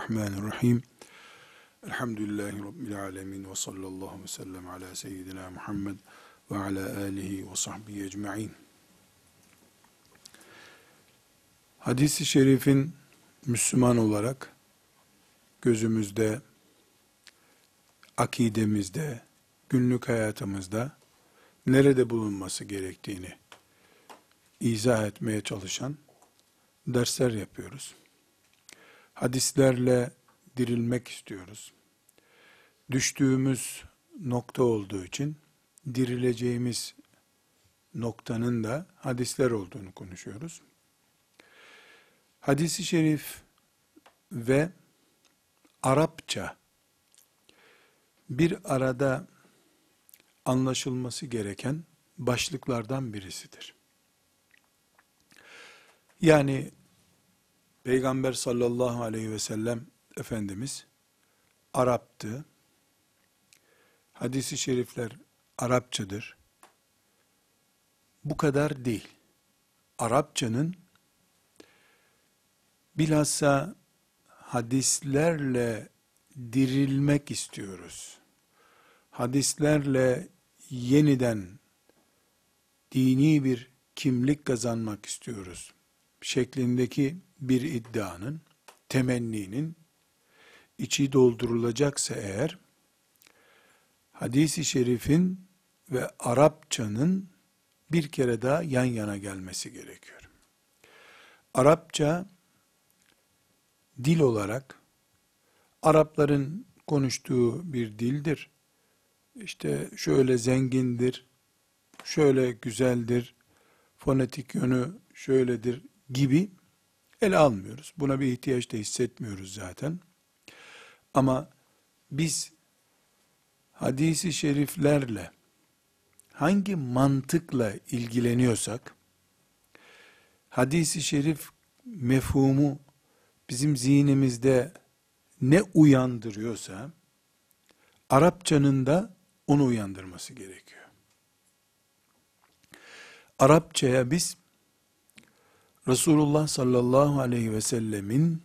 Bismillahirrahmanirrahim. Elhamdülillahi Rabbil alemin ve sallallahu ve sellem ala seyyidina Muhammed ve ala alihi ve sahbihi ecma'in. Hadis-i şerifin Müslüman olarak gözümüzde, akidemizde, günlük hayatımızda nerede bulunması gerektiğini izah etmeye çalışan dersler yapıyoruz. Hadislerle dirilmek istiyoruz. Düştüğümüz nokta olduğu için dirileceğimiz noktanın da hadisler olduğunu konuşuyoruz. Hadis-i şerif ve Arapça bir arada anlaşılması gereken başlıklardan birisidir. Yani Peygamber sallallahu aleyhi ve sellem Efendimiz Arap'tı. Hadis-i şerifler Arapçadır. Bu kadar değil. Arapçanın bilhassa hadislerle dirilmek istiyoruz. Hadislerle yeniden dini bir kimlik kazanmak istiyoruz şeklindeki bir iddianın, temenninin içi doldurulacaksa eğer, hadis-i şerifin ve Arapçanın bir kere daha yan yana gelmesi gerekiyor. Arapça, dil olarak, Arapların konuştuğu bir dildir. İşte şöyle zengindir, şöyle güzeldir, fonetik yönü şöyledir gibi ele almıyoruz. Buna bir ihtiyaç da hissetmiyoruz zaten. Ama biz hadis-i şeriflerle hangi mantıkla ilgileniyorsak, hadis-i şerif mefhumu bizim zihnimizde ne uyandırıyorsa, Arapçanın da onu uyandırması gerekiyor. Arapçaya biz Resulullah sallallahu aleyhi ve sellemin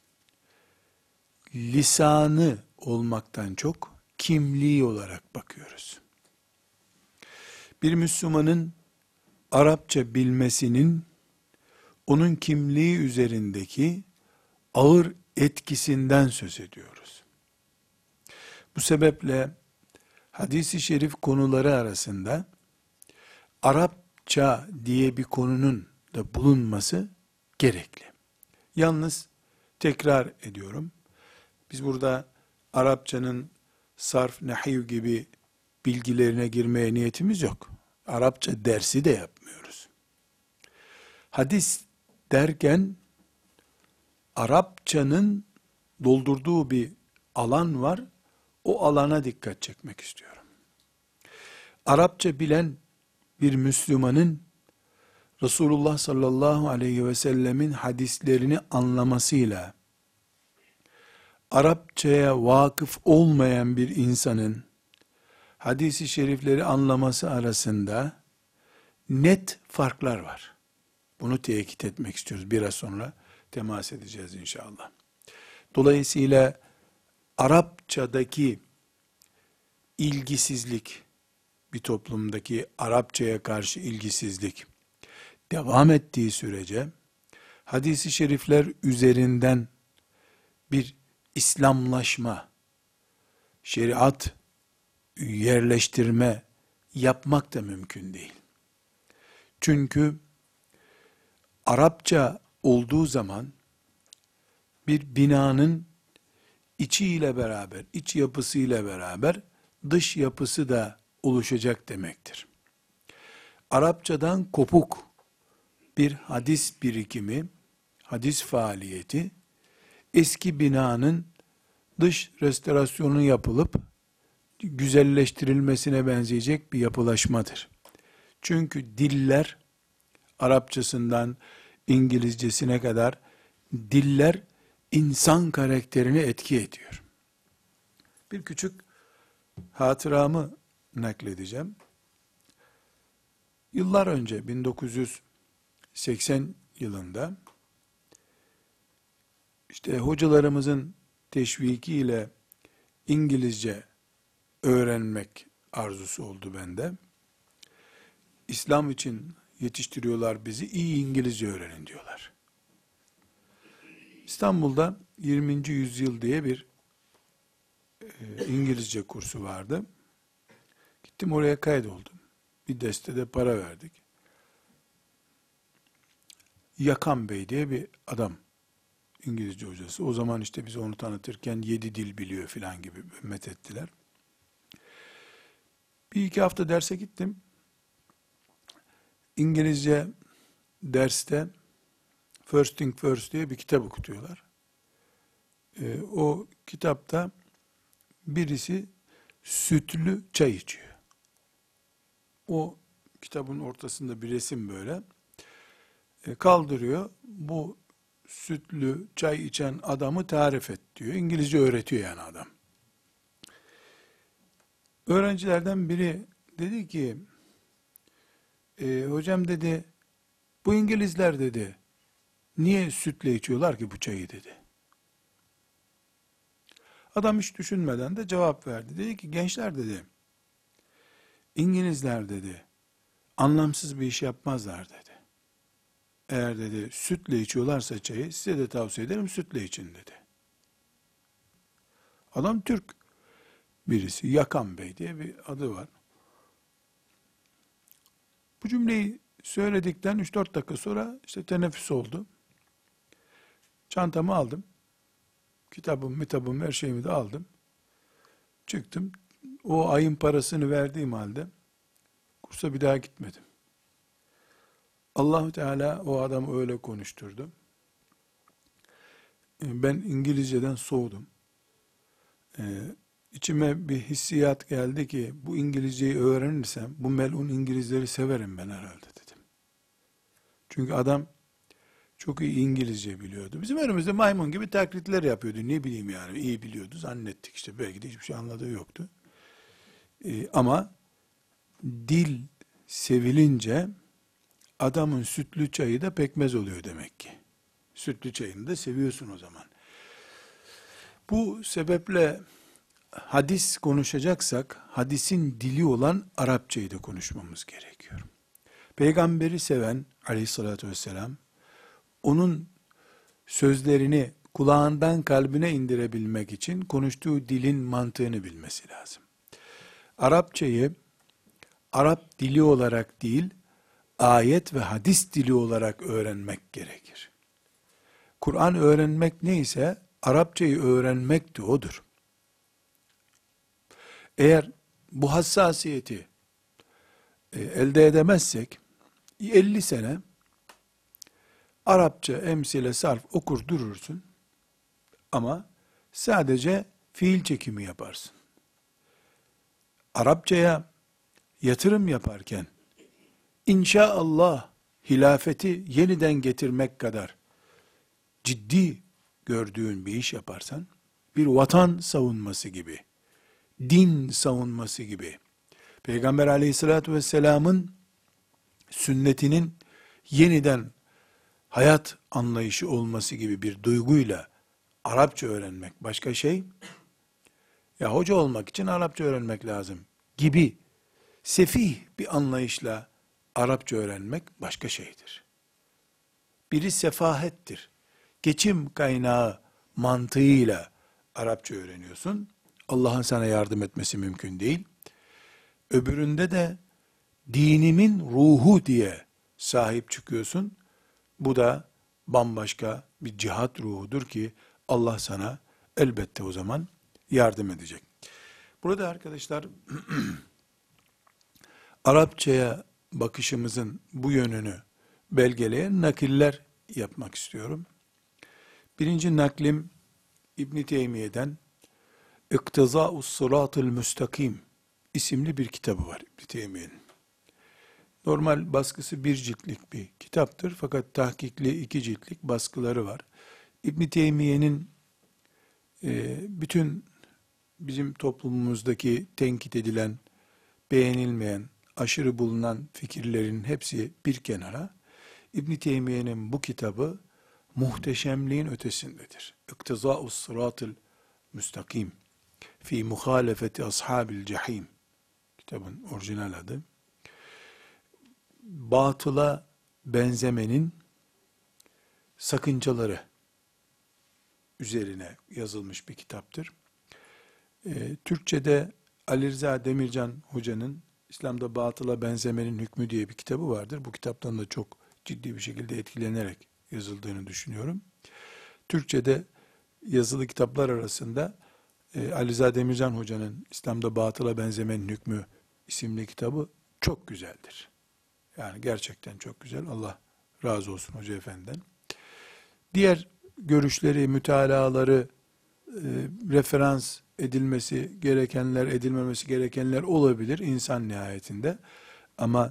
lisanı olmaktan çok kimliği olarak bakıyoruz. Bir Müslümanın Arapça bilmesinin onun kimliği üzerindeki ağır etkisinden söz ediyoruz. Bu sebeple hadis-i şerif konuları arasında Arapça diye bir konunun da bulunması gerekli. Yalnız tekrar ediyorum. Biz burada Arapçanın sarf, nahiv gibi bilgilerine girmeye niyetimiz yok. Arapça dersi de yapmıyoruz. Hadis derken Arapçanın doldurduğu bir alan var. O alana dikkat çekmek istiyorum. Arapça bilen bir Müslümanın Resulullah sallallahu aleyhi ve sellemin hadislerini anlamasıyla Arapçaya vakıf olmayan bir insanın hadis-i şerifleri anlaması arasında net farklar var. Bunu tekit etmek istiyoruz. Biraz sonra temas edeceğiz inşallah. Dolayısıyla Arapçadaki ilgisizlik, bir toplumdaki Arapçaya karşı ilgisizlik devam ettiği sürece hadis-i şerifler üzerinden bir İslamlaşma, şeriat yerleştirme yapmak da mümkün değil. Çünkü Arapça olduğu zaman bir binanın içiyle beraber, iç yapısıyla beraber dış yapısı da oluşacak demektir. Arapçadan kopuk bir hadis birikimi, hadis faaliyeti, eski binanın dış restorasyonu yapılıp güzelleştirilmesine benzeyecek bir yapılaşmadır. Çünkü diller, Arapçasından İngilizcesine kadar diller insan karakterini etki ediyor. Bir küçük hatıramı nakledeceğim. Yıllar önce 1980 yılında işte hocalarımızın teşvikiyle İngilizce öğrenmek arzusu oldu bende. İslam için yetiştiriyorlar bizi, iyi İngilizce öğrenin diyorlar. İstanbul'da 20. yüzyıl diye bir İngilizce kursu vardı. Gittim oraya kaydoldum. Bir destede para verdik. Yakan Bey diye bir adam, İngilizce hocası. O zaman işte biz onu tanıtırken 7 dil biliyor filan gibi methettiler. Bir iki hafta derse gittim. İngilizce derste First Thing First diye bir kitap okutuyorlar. O kitapta birisi sütlü çay içiyor. O kitabın ortasında bir resim böyle. Kaldırıyor. Bu sütlü çay içen adamı tarif et diyor. İngilizce öğretiyor yani adam. Öğrencilerden biri dedi ki, hocam dedi, bu İngilizler dedi, niye sütle içiyorlar ki bu çayı dedi. Adam hiç düşünmeden de cevap verdi. Dedi ki, gençler dedi, İngilizler dedi, anlamsız bir iş yapmazlar dedi. Eğer dedi sütle içiyorlarsa çayı, size de tavsiye ederim sütle için dedi. Adam Türk birisi, Yakan Bey diye bir adı var. Bu cümleyi söyledikten 3-4 dakika sonra işte teneffüs oldu. Çantamı aldım. Kitabım, her şeyimi de aldım. Çıktım. O ayın parasını verdiğim halde kursa bir daha gitmedim. Allahu Teala o adamı öyle konuşturdu. Ben İngilizceden soğudum. İçime bir hissiyat geldi ki bu İngilizceyi öğrenirsem bu melun İngilizleri severim ben herhalde dedim. Çünkü adam çok iyi İngilizce biliyordu. Bizim önümüzde maymun gibi taklitler yapıyordu. Ne bileyim yani iyi biliyordu zannettik işte. Belki de hiçbir şey anladığı yoktu. Ama dil sevilince adamın sütlü çayı da pekmez oluyor demek ki. Sütlü çayını da seviyorsun o zaman. Bu sebeple hadis konuşacaksak hadisin dili olan Arapçayı da konuşmamız gerekiyor. Peygamberi seven aleyhissalatü vesselam onun sözlerini kulağından kalbine indirebilmek için konuştuğu dilin mantığını bilmesi lazım. Arapçayı Arap dili olarak değil, ayet ve hadis dili olarak öğrenmek gerekir. Kur'an öğrenmek neyse, Arapçayı öğrenmek de odur. Eğer bu hassasiyeti elde edemezsek, 50 sene Arapça emsile sarf okur durursun ama sadece fiil çekimi yaparsın. Arapçaya yatırım yaparken inşaallah hilafeti yeniden getirmek kadar ciddi gördüğün bir iş yaparsan, bir vatan savunması gibi, din savunması gibi, Peygamber aleyhissalatü vesselamın sünnetinin yeniden hayat anlayışı olması gibi bir duyguyla Arapça öğrenmek başka şey, ya hoca olmak için Arapça öğrenmek lazım gibi sefih bir anlayışla Arapça öğrenmek başka şeydir. Biri sefahettir. Geçim kaynağı mantığıyla Arapça öğreniyorsun. Allah'ın sana yardım etmesi mümkün değil. Öbüründe de dinimin ruhu diye sahip çıkıyorsun. Bu da bambaşka bir cihat ruhudur ki Allah sana elbette o zaman yardım edecek. Burada arkadaşlar Arapçaya bakışımızın bu yönünü belgeleyen nakiller yapmak istiyorum. Birinci naklim İbn Teymiye'den İktizâ'us Sıratıl Müstakim isimli bir kitabı var İbn Teymiye'nin. Normal baskısı bir ciltlik bir kitaptır fakat tahkikli 2 ciltlik baskıları var. İbn Teymiye'nin bütün bizim toplumumuzdaki tenkit edilen, beğenilmeyen, aşırı bulunan fikirlerin hepsi bir kenara, İbn Teymiye'nin bu kitabı muhteşemliğin ötesindedir. İktizâ'us Sıratıl Müstakim fi muhalefeti ashabil cehim. Kitabın orijinal adı. Batıla benzemenin sakıncaları üzerine yazılmış bir kitaptır. Türkçe'de Ali Rıza Demircan Hoca'nın İslam'da batıla benzemenin hükmü diye bir kitabı vardır. Bu kitaptan da çok ciddi bir şekilde etkilenerek yazıldığını düşünüyorum. Türkçe'de yazılı kitaplar arasında Ali Rıza Demircan Hoca'nın İslam'da batıla benzemenin hükmü isimli kitabı çok güzeldir. Yani gerçekten çok güzel. Allah razı olsun Hoca Efendi'den. Diğer görüşleri, mütalaları, referans edilmesi gerekenler, edilmemesi gerekenler olabilir insan nihayetinde. Ama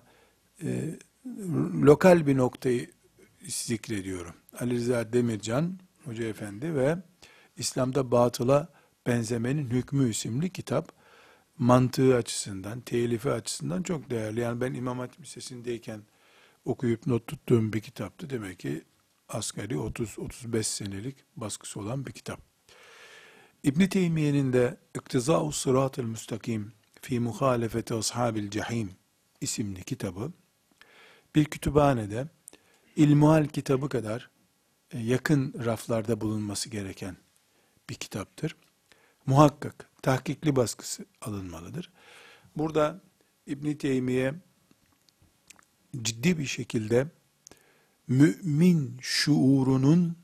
lokal bir noktayı zikrediyorum. Ali Rıza Demircan Hoca Efendi ve İslam'da batıla benzemenin hükmü isimli kitap mantığı açısından, telifi açısından çok değerli. Yani ben İmam Hatip Lisesi'ndeyken okuyup not tuttuğum bir kitaptı. Demek ki asgari 30-35 senelik baskısı olan bir kitap. İbn Teymiye'nin de İktizâ'u Sırat-ı Müstakim fi muhalefeti ashabil cehim isimli kitabı bir kütüphanede İlmuhal kitabı kadar yakın raflarda bulunması gereken bir kitaptır. Muhakkak tahkikli baskısı alınmalıdır. Burada İbn Teymiye ciddi bir şekilde mümin şuurunun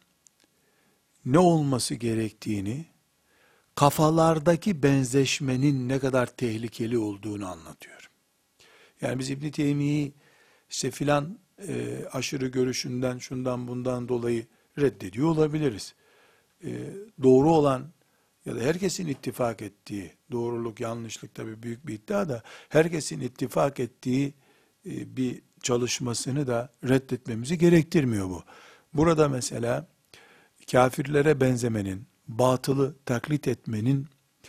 ne olması gerektiğini, kafalardaki benzeşmenin ne kadar tehlikeli olduğunu anlatıyor. Yani biz İbn Teymiye'yi işte filan aşırı görüşünden, şundan bundan dolayı reddediyor olabiliriz. Doğru olan ya da herkesin ittifak ettiği, doğruluk, yanlışlık tabii büyük bir iddia da, herkesin ittifak ettiği bir çalışmasını da reddetmemizi gerektirmiyor bu. Burada mesela kafirlere benzemenin, batılı taklit etmenin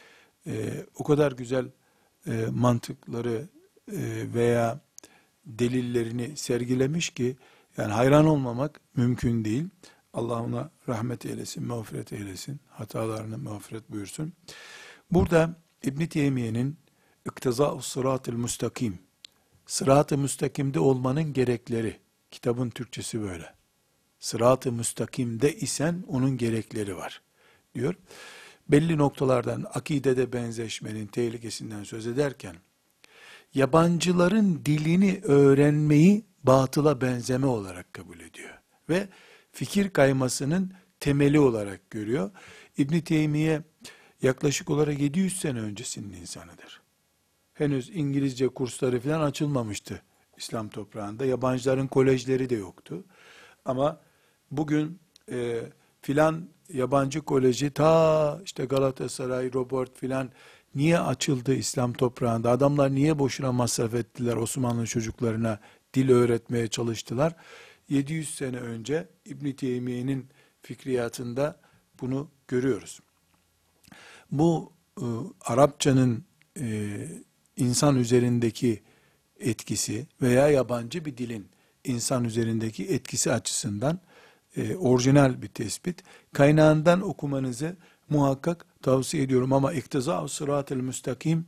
o kadar güzel mantıkları veya delillerini sergilemiş ki, yani hayran olmamak mümkün değil. Allah ona rahmet eylesin, mağfiret eylesin, hatalarını mağfiret buyursun. Burada İbn Teymiye'nin İktizâ'u Sırat-ı Müstakim, Sırat-ı Müstakim'de olmanın gerekleri, kitabın Türkçesi böyle. Sırat-ı Müstakim'de isen onun gerekleri var diyor. Belli noktalardan akidede benzeşmenin tehlikesinden söz ederken, yabancıların dilini öğrenmeyi batıla benzeme olarak kabul ediyor. Ve fikir kaymasının temeli olarak görüyor. İbn Teymiye yaklaşık olarak 700 sene öncesinin insanıdır. Henüz İngilizce kursları falan açılmamıştı İslam toprağında. Yabancıların kolejleri de yoktu. Ama bugün filan yabancı koleji ta işte Galatasaray, Robert filan niye açıldı İslam toprağında? Adamlar niye boşuna masraf ettiler Osmanlı çocuklarına dil öğretmeye çalıştılar? 700 sene önce İbn Teymiye'nin fikriyatında bunu görüyoruz. Bu Arapçanın insan üzerindeki etkisi veya yabancı bir dilin insan üzerindeki etkisi açısından orijinal bir tespit. Kaynağından okumanızı muhakkak tavsiye ediyorum ama İktizâ'u Sırat-ı Müstakim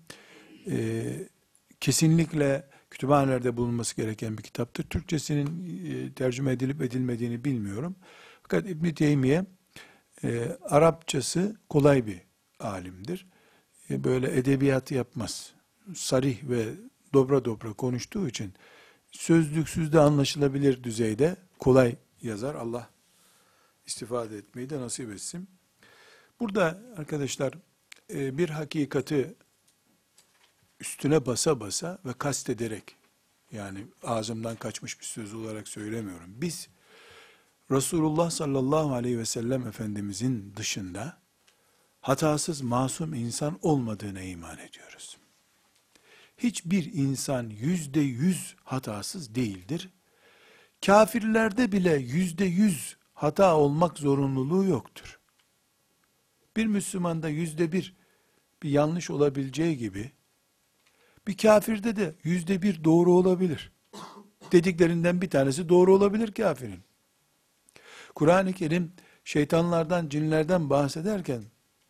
kesinlikle kütüphanelerde bulunması gereken bir kitaptır. Türkçesinin tercüme edilip edilmediğini bilmiyorum. Fakat İbn Teymiye Arapçası kolay bir alimdir. Böyle edebiyat yapmaz. Sarih ve dobra dobra konuştuğu için sözlüksüz de anlaşılabilir düzeyde kolay yazar. Allah istifade etmeyi de nasip etsin. Burada arkadaşlar bir hakikati üstüne basa basa ve kastederek, yani ağzımdan kaçmış bir söz olarak söylemiyorum. Biz Resulullah sallallahu aleyhi ve sellem Efendimizin dışında hatasız masum insan olmadığına iman ediyoruz. Hiçbir insan %100 hatasız değildir. Kafirlerde bile %100 hata olmak zorunluluğu yoktur. Bir Müslümanda %1 bir yanlış olabileceği gibi, bir kafirde de %1 doğru olabilir. Dediklerinden bir tanesi doğru olabilir kafirin. Kur'an-ı Kerim şeytanlardan, cinlerden bahsederken,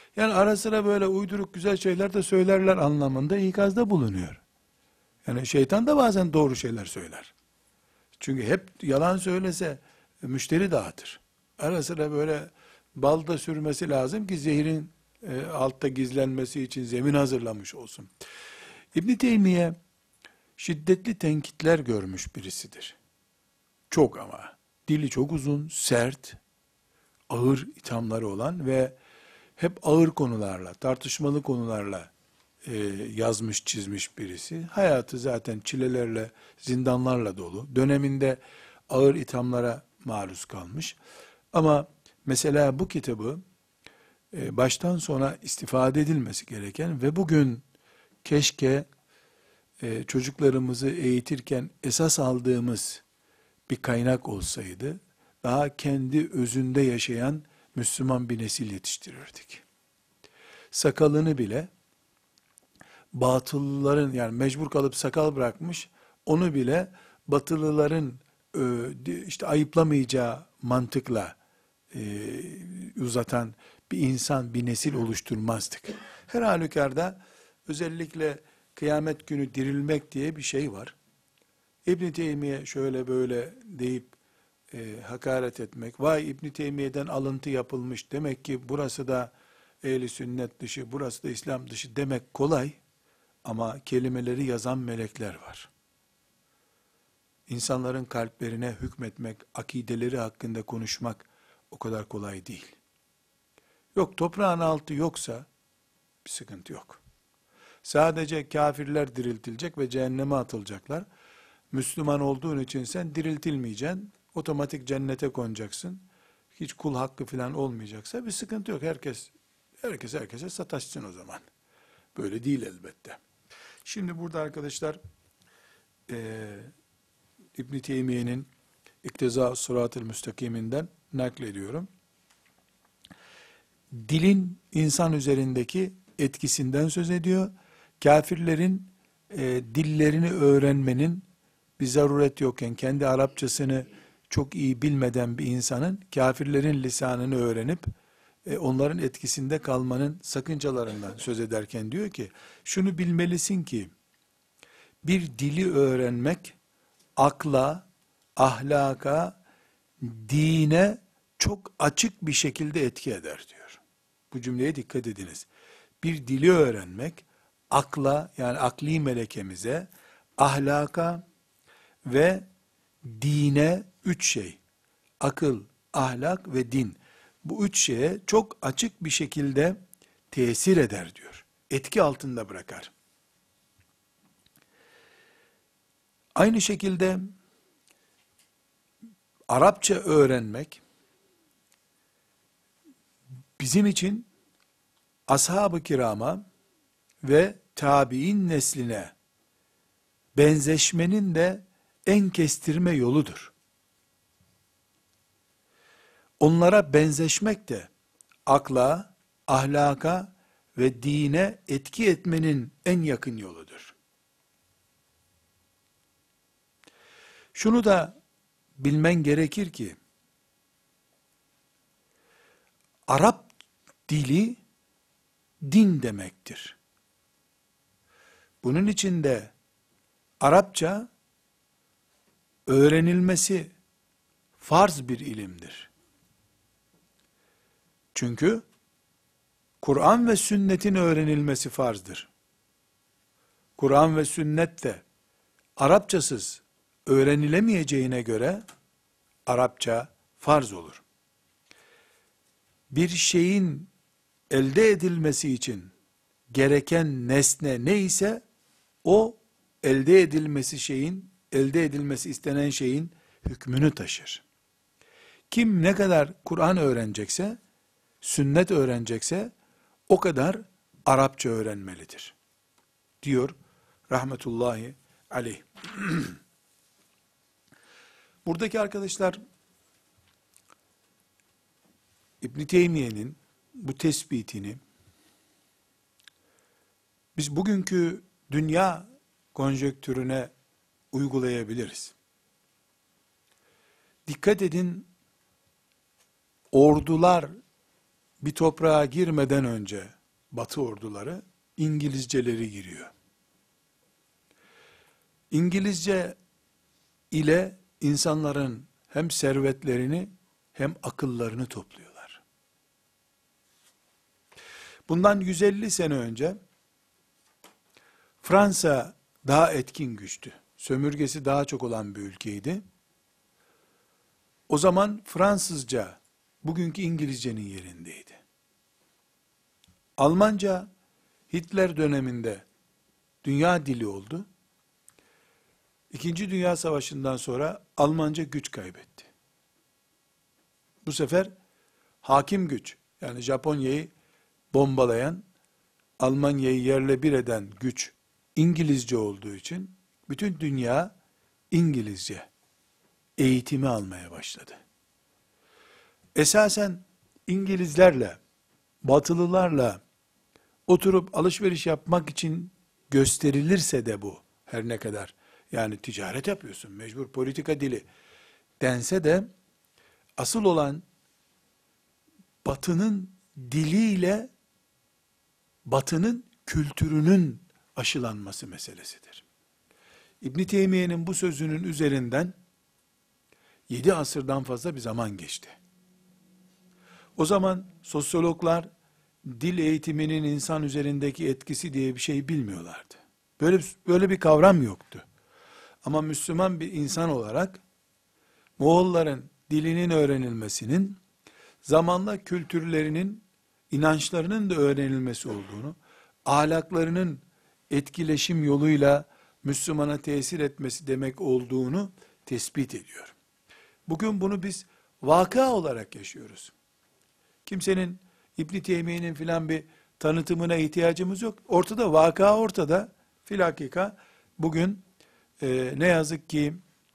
Yani ara sıra böyle uyduruk güzel şeyler de söylerler anlamında ikazda bulunuyor. Yani şeytan da bazen doğru şeyler söyler. Çünkü hep yalan söylese müşteri dağıtır. Ara sıra böyle bal da sürmesi lazım ki zehirin altta gizlenmesi için zemin hazırlamış olsun. İbn Teymiye şiddetli tenkitler görmüş birisidir. Çok ama. Dili çok uzun, sert, ağır ithamları olan ve hep ağır konularla, tartışmalı konularla yazmış çizmiş birisi. Hayatı zaten çilelerle, zindanlarla dolu. Döneminde ağır ithamlara maruz kalmış. Ama mesela bu kitabı baştan sona istifade edilmesi gereken ve bugün keşke çocuklarımızı eğitirken esas aldığımız bir kaynak olsaydı, daha kendi özünde yaşayan Müslüman bir nesil yetiştirirdik. Sakalını bile batılıların, yani mecbur kalıp sakal bırakmış, onu bile batılıların işte ayıplamayacağı mantıkla uzatan bir insan, bir nesil oluşturmazdık. Her halükarda özellikle kıyamet günü dirilmek diye bir şey var. İbn Teymiye şöyle böyle deyip hakaret etmek, vay İbn Teymiye'den alıntı yapılmış, demek ki burası da ehli sünnet dışı, burası da İslam dışı demek kolay. Ama kelimeleri yazan melekler var. İnsanların kalplerine hükmetmek, akideleri hakkında konuşmak o kadar kolay değil. Yok, toprağın altı yoksa bir sıkıntı yok. Sadece kafirler diriltilecek ve cehenneme atılacaklar. Müslüman olduğun için sen diriltilmeyeceksin, otomatik cennete konacaksın. Hiç kul hakkı falan olmayacaksa bir sıkıntı yok. Herkese sataşsın o zaman. Böyle değil elbette. Şimdi burada arkadaşlar İbn Teymiye'nin İktizâ Sırat-ı Müstakiminden naklediyorum. Dilin insan üzerindeki etkisinden söz ediyor. Kafirlerin dillerini öğrenmenin bir zaruret yokken, kendi Arapçasını çok iyi bilmeden bir insanın kafirlerin lisanını öğrenip onların etkisinde kalmanın sakıncalarından söz ederken diyor ki, şunu bilmelisin ki bir dili öğrenmek akla, ahlaka, dine çok açık bir şekilde etki eder diyor. Bu cümleye dikkat ediniz. Bir dili öğrenmek akla, yani akli melekemize, ahlaka ve dine, üç şey, akıl, ahlak ve din, bu üç şeye çok açık bir şekilde tesir eder diyor. Etki altında bırakar. Aynı şekilde Arapça öğrenmek bizim için ashab-ı kirama ve tabi'in nesline benzeşmenin de en kestirme yoludur. Onlara benzeşmek de akla, ahlaka ve dine etki etmenin en yakın yoludur. Şunu da bilmen gerekir ki, Arap dili din demektir. Bunun için de Arapça öğrenilmesi farz bir ilimdir. Çünkü Kur'an ve sünnetin öğrenilmesi farzdır. Kur'an ve sünnet de Arapçasız öğrenilemeyeceğine göre Arapça farz olur. Bir şeyin elde edilmesi için gereken nesne neyse, o elde edilmesi istenen şeyin hükmünü taşır. Kim ne kadar Kur'an öğrenecekse, sünnet öğrenecekse, o kadar Arapça öğrenmelidir. Diyor rahmetullahi aleyh. Buradaki arkadaşlar, İbn Teymiye'nin bu tespitini biz bugünkü dünya konjektürüne uygulayabiliriz. Dikkat edin, ordular bir toprağa girmeden önce Batı orduları İngilizceleri giriyor. İngilizce ile insanların hem servetlerini hem akıllarını topluyorlar. Bundan 150 sene önce Fransa daha etkin güçtü. Sömürgesi daha çok olan bir ülkeydi. O zaman Fransızca bugünkü İngilizcenin yerindeydi. Almanca Hitler döneminde dünya dili oldu. İkinci Dünya Savaşı'ndan sonra Almanca güç kaybetti. Bu sefer hakim güç, yani Japonya'yı bombalayan, Almanya'yı yerle bir eden güç İngilizce olduğu için bütün dünya İngilizce eğitimi almaya başladı. Esasen İngilizlerle, Batılılarla oturup alışveriş yapmak için gösterilirse de bu, her ne kadar yani ticaret yapıyorsun, mecbur politika dili dense de, asıl olan Batı'nın diliyle Batı'nın kültürünün aşılanması meselesidir. İbn Teymiye'nin bu sözünün üzerinden 7 asırdan fazla bir zaman geçti. O zaman sosyologlar dil eğitiminin insan üzerindeki etkisi diye bir şey bilmiyorlardı. Böyle bir kavram yoktu. Ama Müslüman bir insan olarak Moğolların dilinin öğrenilmesinin zamanla kültürlerinin, inançlarının da öğrenilmesi olduğunu, ahlaklarının etkileşim yoluyla Müslümana tesir etmesi demek olduğunu tespit ediyor. Bugün bunu biz vaka olarak yaşıyoruz. Kimsenin İbn Teymiye'nin filan bir tanıtımına ihtiyacımız yok. Ortada, vaka ortada. Filhakika bugün ne yazık ki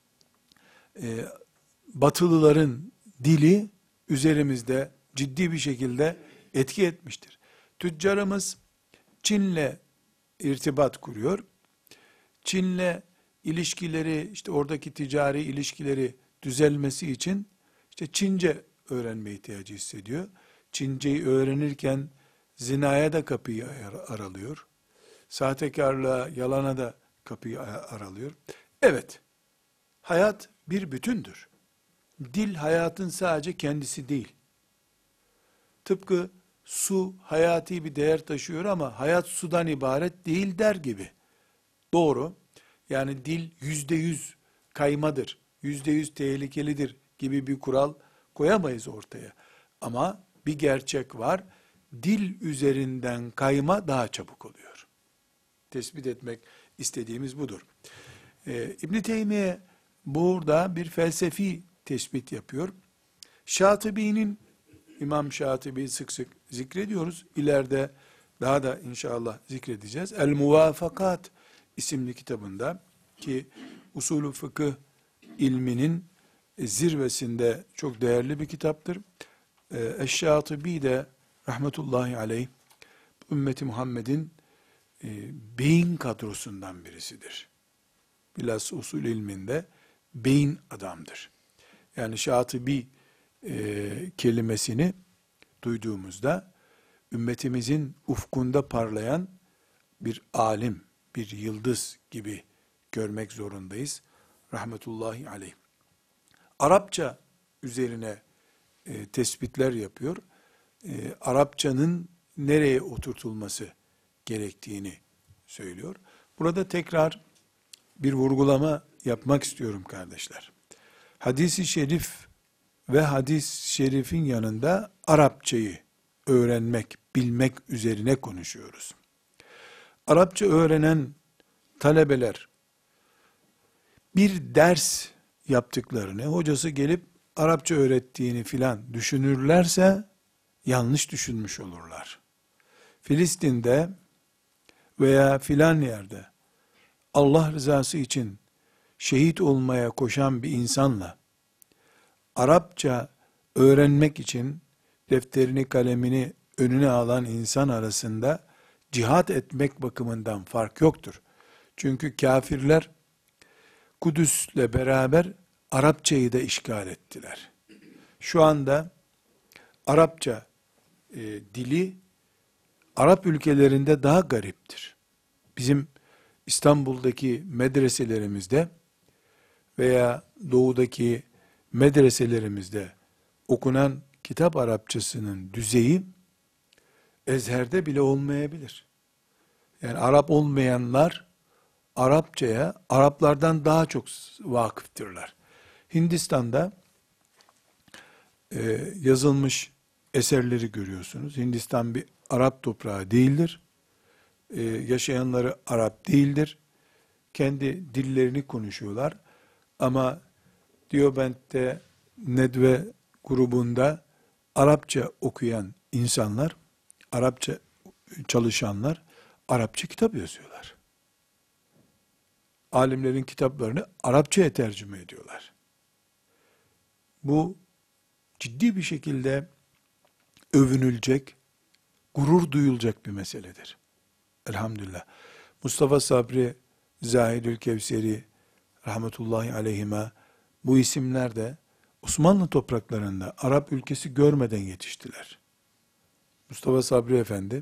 Batılıların dili üzerimizde ciddi bir şekilde etki etmiştir. Tüccarımız Çin'le irtibat kuruyor. Çin'le ilişkileri, işte oradaki ticari ilişkileri düzelmesi için işte Çince öğrenme ihtiyacı hissediyor. Çinceyi öğrenirken zinaya da kapıyı aralıyor. Sahtekarlığa, yalana da kapıyı aralıyor. Evet, hayat bir bütündür. Dil hayatın sadece kendisi değil. Tıpkı su hayati bir değer taşıyor ama hayat sudan ibaret değil der gibi. Doğru. Yani dil %100 kaymadır, %100 tehlikelidir gibi bir kural koyamayız ortaya. Ama bir gerçek var. Dil üzerinden kayma daha çabuk oluyor. Tespit etmek istediğimiz budur. İbn Teymiye burada bir felsefi tespit yapıyor. Şatibi'nin, İmam Şatibi'yi sık sık zikrediyoruz. İleride daha da inşallah zikredeceğiz. El Muvafakat isimli kitabında, ki usulü fıkıh ilminin zirvesinde çok değerli bir kitaptır. Eş-Şatibi de rahmetullahi aleyh ümmeti Muhammed'in beyin kadrosundan birisidir. Bilhassa usul ilminde beyin adamdır. Yani Şatibi kelimesini duyduğumuzda ümmetimizin ufkunda parlayan bir alim, bir yıldız gibi görmek zorundayız. Rahmetullahi aleyh. Arapça üzerine tespitler yapıyor. Arapçanın nereye oturtulması gerektiğini söylüyor. Burada tekrar bir vurgulama yapmak istiyorum kardeşler. Hadis-i şerif ve hadis-i şerifin yanında Arapçayı öğrenmek, bilmek üzerine konuşuyoruz. Arapça öğrenen talebeler bir ders yaptıklarını, hocası gelip Arapça öğrettiğini filan düşünürlerse yanlış düşünmüş olurlar. Filistin'de veya filan yerde Allah rızası için şehit olmaya koşan bir insanla Arapça öğrenmek için defterini kalemini önüne alan insan arasında cihat etmek bakımından fark yoktur. Çünkü kafirler Kudüs'le beraber Arapçayı da işgal ettiler. Şu anda Arapça dili Arap ülkelerinde daha gariptir. Bizim İstanbul'daki medreselerimizde veya doğudaki medreselerimizde okunan kitap Arapçasının düzeyi Ezher'de bile olmayabilir. Yani Arap olmayanlar Arapçaya Araplardan daha çok vakıftırlar. Hindistan'da yazılmış eserleri görüyorsunuz. Hindistan bir Arap toprağı değildir. Yaşayanları Arap değildir. Kendi dillerini konuşuyorlar. Ama Diyobentte Nedve grubunda Arapça okuyan insanlar, Arapça çalışanlar Arapça kitap yazıyorlar. Alimlerin kitaplarını Arapçaya tercüme ediyorlar. Bu ciddi bir şekilde övünülecek, gurur duyulacak bir meseledir. Elhamdülillah. Mustafa Sabri, Zahidül Kevseri, rahmetullahi aleyhime, bu isimler de Osmanlı topraklarında Arap ülkesi görmeden yetiştiler. Mustafa Sabri Efendi,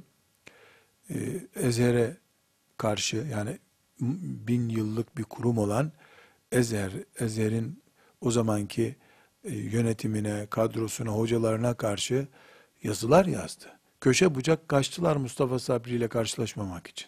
Ezher'e karşı, yani 1000 yıllık bir kurum olan Ezher'in o zamanki yönetimine, kadrosuna, hocalarına karşı yazılar yazdı. Köşe bucak kaçtılar Mustafa Sabri ile karşılaşmamak için.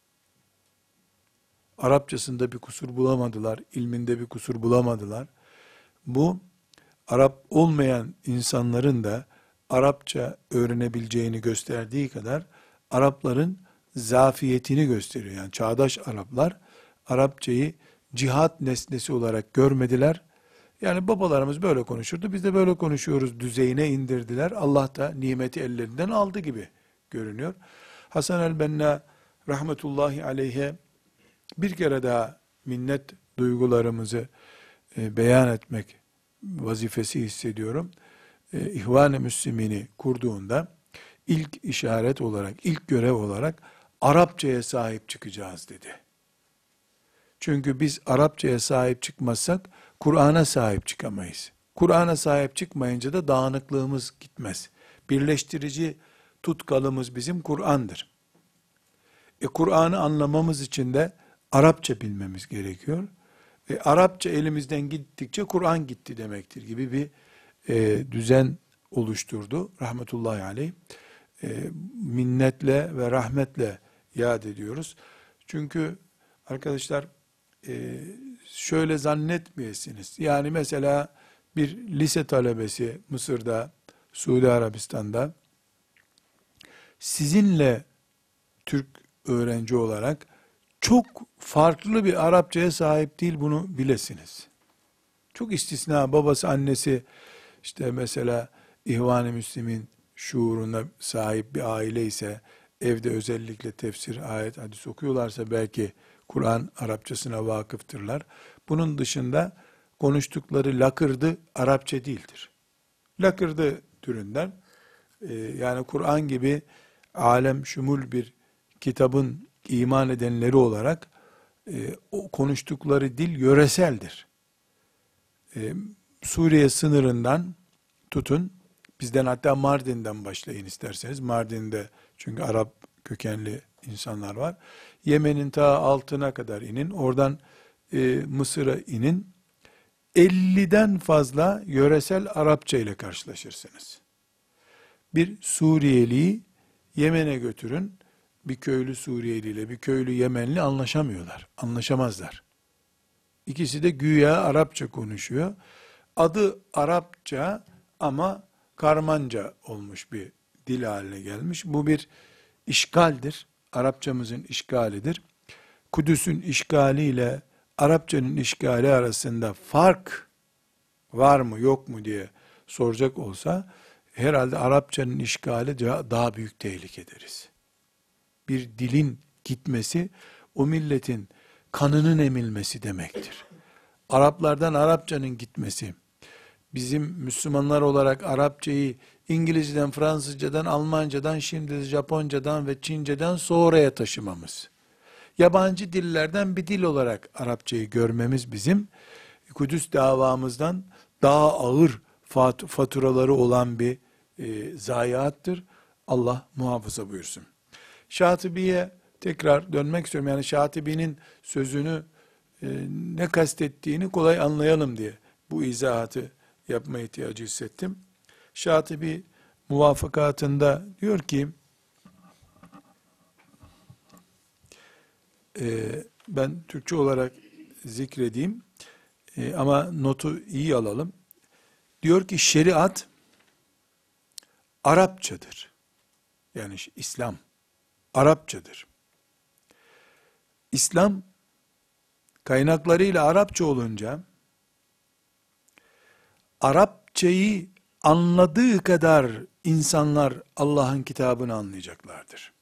Arapçasında bir kusur bulamadılar, ilminde bir kusur bulamadılar. Bu, Arap olmayan insanların da Arapça öğrenebileceğini gösterdiği kadar, Arapların zafiyetini gösteriyor. Yani çağdaş Araplar, Arapçayı cihat nesnesi olarak görmediler. Yani babalarımız böyle konuşurdu, biz de böyle konuşuyoruz düzeyine indirdiler. Allah da nimeti ellerinden aldı gibi görünüyor. Hasan el-Benna rahmetullahi aleyhe bir kere daha minnet duygularımızı beyan etmek vazifesi hissediyorum. İhvan-ı Müslümin'i kurduğunda ilk işaret olarak, ilk görev olarak Arapçaya sahip çıkacağız dedi. Çünkü biz Arapçaya sahip çıkmazsak Kur'an'a sahip çıkamayız. Kur'an'a sahip çıkmayınca da dağınıklığımız gitmez. Birleştirici tutkalımız bizim Kur'an'dır. Kur'an'ı anlamamız için de Arapça bilmemiz gerekiyor. Arapça elimizden gittikçe Kur'an gitti demektir gibi bir düzen oluşturdu rahmetullahi aleyh. Minnetle ve rahmetle yad ediyoruz. Çünkü arkadaşlar şöyle zannetmeyesiniz. Yani mesela bir lise talebesi Mısır'da, Suudi Arabistan'da sizinle Türk öğrenci olarak çok farklı bir Arapçaya sahip değil, bunu bilesiniz. Çok istisna, babası annesi işte mesela İhvan-ı Müslim'in şuuruna sahip bir aile ise, evde özellikle tefsir, ayet, hadis okuyorlarsa belki Kur'an Arapçasına vakıftırlar. Bunun dışında konuştukları lakırdı Arapça değildir. Lakırdı türünden, yani Kur'an gibi alem şumul bir kitabın iman edenleri olarak o konuştukları dil yöreseldir. Suriye sınırından tutun, bizden hatta Mardin'den başlayın isterseniz. Mardin'de çünkü Arap kökenli insanlar var. Yemen'in ta altına kadar inin, oradan Mısır'a inin. 50'den fazla yöresel Arapça ile karşılaşırsınız. Bir Suriyeliyi Yemen'e götürün, bir köylü Suriyeli ile bir köylü Yemenli anlaşamıyorlar, anlaşamazlar. İkisi de güya Arapça konuşuyor. Adı Arapça ama Karmanca olmuş bir dil haline gelmiş. Bu bir işgaldir. Arapçamızın işgalidir. Kudüs'ün işgali ile Arapçanın işgali arasında fark var mı yok mu diye soracak olsa, herhalde Arapçanın işgali daha büyük tehlike deriz. Bir dilin gitmesi, o milletin kanının emilmesi demektir. Araplardan Arapçanın gitmesi, bizim Müslümanlar olarak Arapçayı İngilizceden, Fransızcadan, Almancadan, şimdi de Japoncadan ve Çince'den sonraya taşımamız, yabancı dillerden bir dil olarak Arapçayı görmemiz bizim Kudüs davamızdan daha ağır faturaları olan bir zayiattır. Allah muhafaza buyursun. Şatibi'ye tekrar dönmek istiyorum. Yani Şatibi'nin sözünü ne kastettiğini kolay anlayalım diye bu izahatı yapma ihtiyacı hissettim. Şatibi muvafakatında diyor ki, ben Türkçe olarak zikredeyim ama notu iyi alalım. Diyor ki şeriat Arapçadır. Yani İslam Arapçadır. İslam kaynaklarıyla Arapça olunca Arapçayı anladığı kadar insanlar Allah'ın kitabını anlayacaklardır.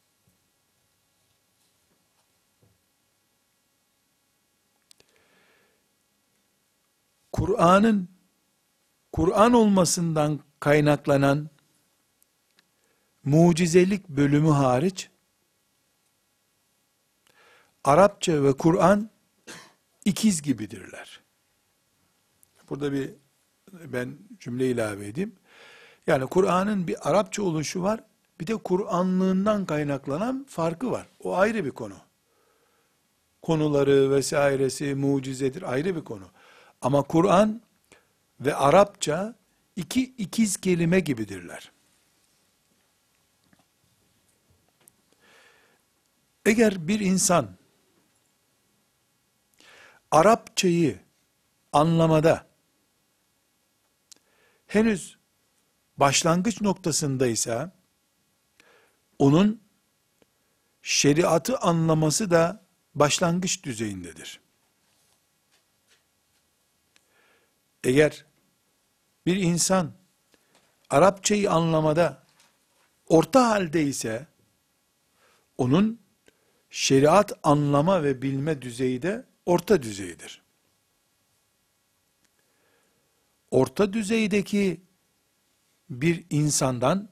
Kur'an'ın Kur'an olmasından kaynaklanan mucizelik bölümü hariç Arapça ve Kur'an ikiz gibidirler. Burada ben cümle ilave edeyim. Yani Kur'an'ın bir Arapça oluşu var, bir de Kur'anlığından kaynaklanan farkı var. O ayrı bir konu. Konuları vesairesi, mucizedir ayrı bir konu. Ama Kur'an ve Arapça iki ikiz kelime gibidirler. Eğer bir insan Arapçayı anlamada henüz başlangıç noktasındaysa, onun şeriatı anlaması da başlangıç düzeyindedir. Eğer bir insan Arapçayı anlamada orta halde ise, onun şeriat anlama ve bilme düzeyi de orta düzeydir. Orta düzeydeki bir insandan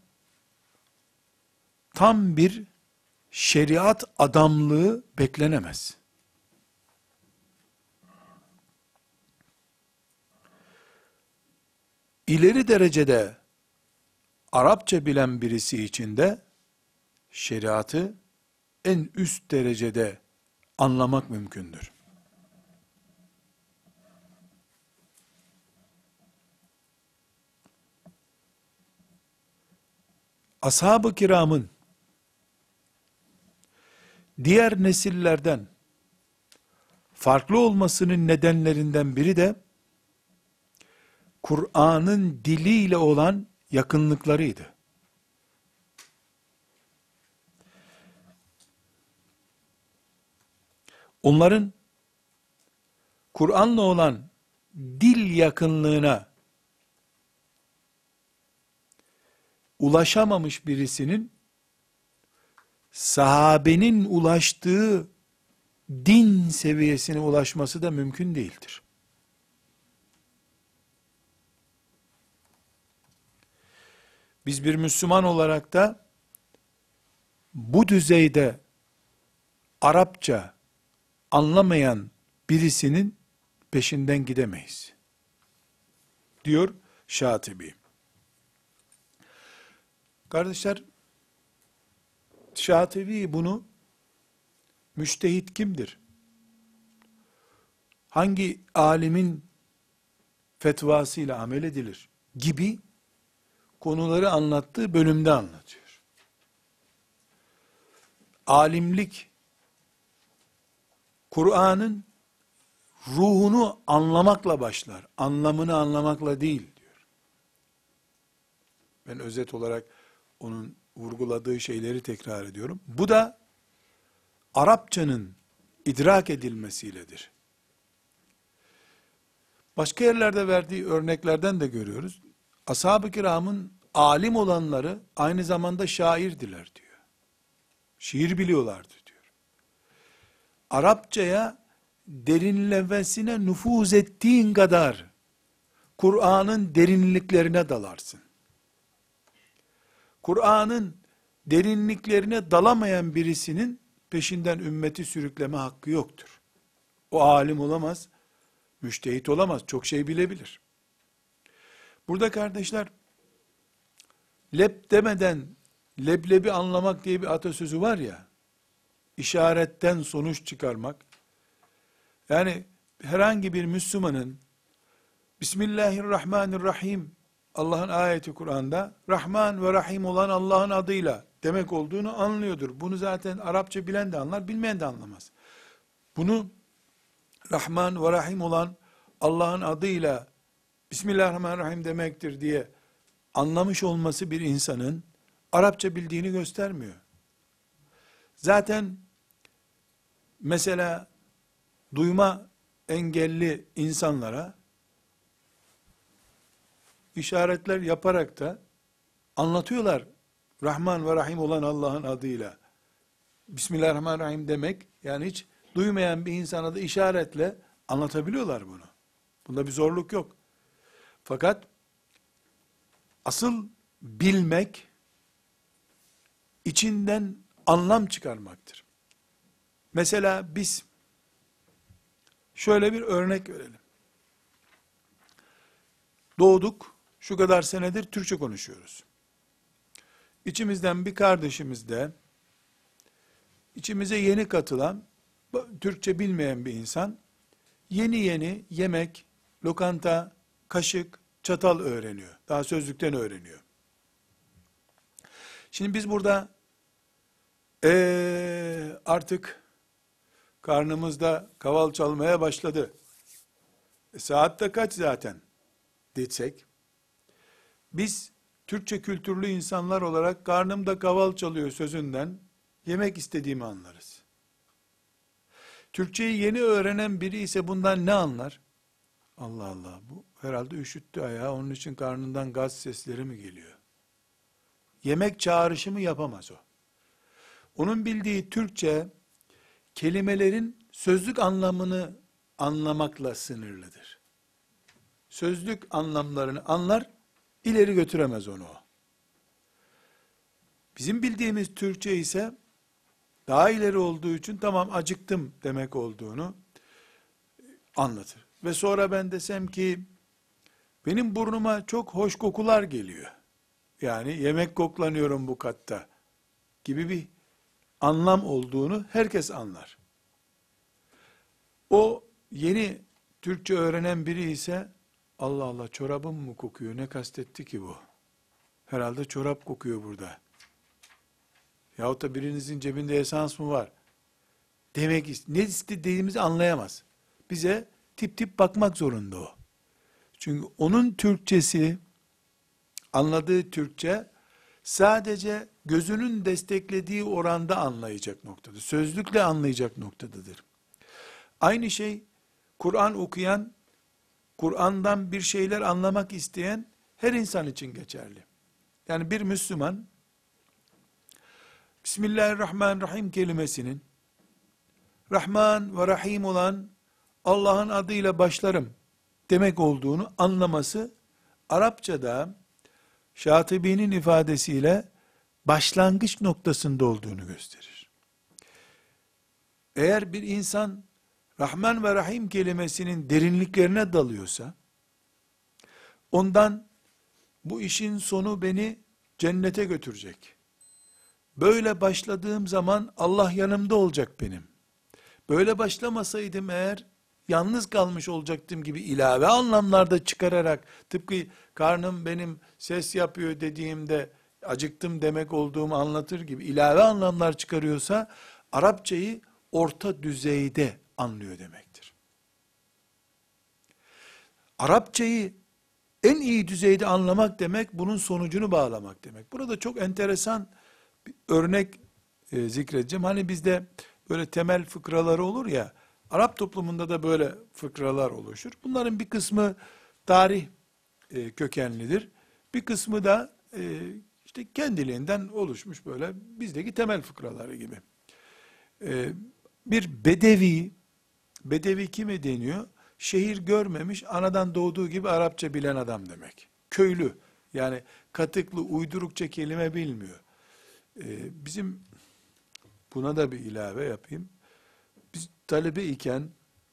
tam bir şeriat adamlığı beklenemez. İleri derecede Arapça bilen birisi için de şeriatı en üst derecede anlamak mümkündür. Ashab-ı kiramın diğer nesillerden farklı olmasının nedenlerinden biri de Kur'an'ın diliyle olan yakınlıklarıydı. Onların Kur'an'la olan dil yakınlığına ulaşamamış birisinin sahabenin ulaştığı din seviyesine ulaşması da mümkün değildir. Biz bir Müslüman olarak da bu düzeyde Arapça anlamayan birisinin peşinden gidemeyiz, diyor Şatibi. Kardeşler, Şatibi bunu müştehit kimdir, hangi alimin fetvasıyla amel edilir gibi konuları anlattığı bölümde anlatıyor. Alimlik, Kur'an'ın ruhunu anlamakla başlar, anlamını anlamakla değil diyor. Ben özet olarak onun vurguladığı şeyleri tekrar ediyorum. Bu da Arapçanın idrak edilmesiyledir. Başka yerlerde verdiği örneklerden de görüyoruz. Ashab-ı kiramın alim olanları aynı zamanda şairdiler diyor. Şiir biliyorlardı diyor. Arapçaya derinlemesine nüfuz ettiğin kadar Kur'an'ın derinliklerine dalarsın. Kur'an'ın derinliklerine dalamayan birisinin peşinden ümmeti sürükleme hakkı yoktur. O alim olamaz, müştehit olamaz, çok şey bilebilir. Burada kardeşler, lep demeden leblebi anlamak diye bir atasözü var ya, işaretten sonuç çıkarmak. Yani herhangi bir Müslümanın Bismillahirrahmanirrahim, Allah'ın ayeti Kur'an'da Rahman ve Rahim olan Allah'ın adıyla demek olduğunu anlıyordur. Bunu zaten Arapça bilen de anlar, bilmeyen de anlamaz. Bunu Rahman ve Rahim olan Allah'ın adıyla Bismillahirrahmanirrahim demektir diye anlamış olması bir insanın Arapça bildiğini göstermiyor. Zaten mesela duyma engelli insanlara işaretler yaparak da anlatıyorlar. Rahman ve Rahim olan Allah'ın adıyla Bismillahirrahmanirrahim demek, yani hiç duymayan bir insana da işaretle anlatabiliyorlar bunu. Bunda bir zorluk yok. Fakat asıl bilmek, içinden anlam çıkarmaktır. Mesela biz şöyle bir örnek verelim. Doğduk, şu kadar senedir Türkçe konuşuyoruz. İçimizden bir kardeşimiz de, içimize yeni katılan, Türkçe bilmeyen bir insan, yeni yeni yemek, lokanta, kaşık, çatal öğreniyor. Daha sözlükten öğreniyor. Şimdi biz burada artık karnımızda kaval çalmaya başladı. Saat de kaç zaten desek, biz Türkçe kültürlü insanlar olarak karnımda kaval çalıyor sözünden yemek istediğimi anlarız. Türkçeyi yeni öğrenen biri ise bundan ne anlar? Allah Allah, bu herhalde üşüttü ayağı, onun için karnından gaz sesleri mi geliyor? Yemek çağrışımı yapamaz o. Onun bildiği Türkçe, kelimelerin sözlük anlamını anlamakla sınırlıdır. Sözlük anlamlarını anlar, ileri götüremez onu o. Bizim bildiğimiz Türkçe ise, daha ileri olduğu için tamam acıktım demek olduğunu anlatır. Ve sonra ben desem ki, benim burnuma çok hoş kokular geliyor. Yani yemek koklanıyorum bu katta gibi bir anlam olduğunu herkes anlar. O yeni Türkçe öğrenen biri ise, Allah Allah çorabım mı kokuyor, ne kastetti ki bu? Herhalde çorap kokuyor burada. Yahut da birinizin cebinde esans mı var? Demek ne istediğimizi anlayamaz. Bize tip tip bakmak zorunda o. Çünkü onun Türkçesi, anladığı Türkçe, sadece gözünün desteklediği oranda anlayacak noktada. Sözlükle anlayacak noktadadır. Aynı şey, Kur'an okuyan, Kur'an'dan bir şeyler anlamak isteyen her insan için geçerli. Yani bir Müslüman, Bismillahirrahmanirrahim kelimesinin, Rahman ve Rahim olan Allah'ın adıyla başlarım demek olduğunu anlaması, Arapçada Şatibi'nin ifadesiyle başlangıç noktasında olduğunu gösterir. Eğer bir insan Rahman ve Rahim kelimesinin derinliklerine dalıyorsa, ondan bu işin sonu beni cennete götürecek. Böyle başladığım zaman Allah yanımda olacak benim. Böyle başlamasaydım eğer yalnız kalmış olacaktım gibi ilave anlamlarda çıkararak, tıpkı karnım benim ses yapıyor dediğimde acıktım demek olduğumu anlatır gibi ilave anlamlar çıkarıyorsa, Arapçayı orta düzeyde anlıyor demektir. Arapçayı en iyi düzeyde anlamak demek, bunun sonucunu bağlamak demek. Burada çok enteresan bir örnek zikredeceğim. Hani bizde böyle temel fıkraları olur ya, Arap toplumunda da böyle fıkralar oluşur. Bunların bir kısmı tarih kökenlidir. Bir kısmı da işte kendiliğinden oluşmuş böyle bizdeki temel fıkraları gibi. Bir bedevi kime deniyor? Şehir görmemiş, anadan doğduğu gibi Arapça bilen adam demek. Köylü, yani katıklı, uydurukça kelime bilmiyor. Bizim, buna da bir ilave yapayım. Biz talebe iken,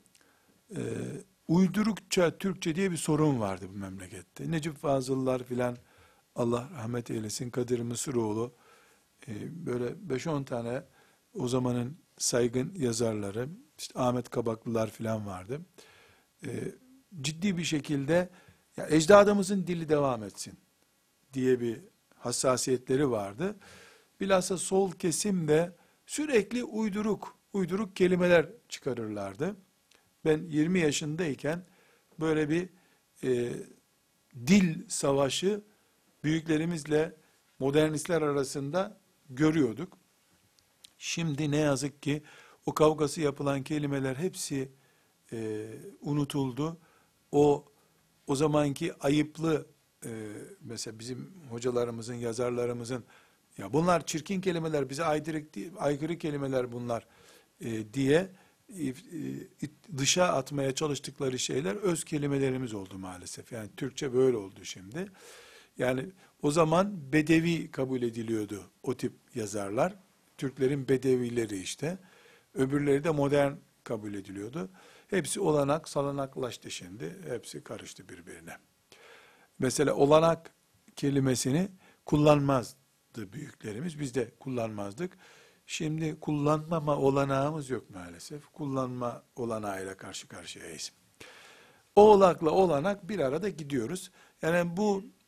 uydurukça Türkçe diye bir sorun vardı bu memlekette. Necip Fazıllar filan, Allah rahmet eylesin, Kadir Mısıroğlu, Böyle 5-10 tane o zamanın saygın yazarları, işte Ahmet Kabaklılar falan vardı. Ciddi bir şekilde ya ecdadımızın dili devam etsin diye bir hassasiyetleri vardı. Bilhassa sol kesim de sürekli uyduruk kelimeler çıkarırlardı. Ben 20 yaşındayken böyle bir e, dil savaşı büyüklerimizle modernistler arasında görüyorduk. Şimdi ne yazık ki o kavgası yapılan kelimeler hepsi unutuldu. O zamanki ayıplı mesela bizim hocalarımızın, yazarlarımızın ya bunlar çirkin kelimeler, bize aykırı kelimeler bunlar diye dışa atmaya çalıştıkları şeyler öz kelimelerimiz oldu maalesef. Yani Türkçe böyle oldu şimdi. Yani o zaman bedevi kabul ediliyordu o tip yazarlar. Türklerin bedevileri işte. Öbürleri de modern kabul ediliyordu. Hepsi olanak, salanaklaştı şimdi. Hepsi karıştı birbirine. Mesela olanak kelimesini kullanmazdı büyüklerimiz. Biz de kullanmazdık. Şimdi kullanmama olanağımız yok maalesef. Kullanma olanağıyla karşı karşıyayız. Oğlakla olanak bir arada gidiyoruz. Yani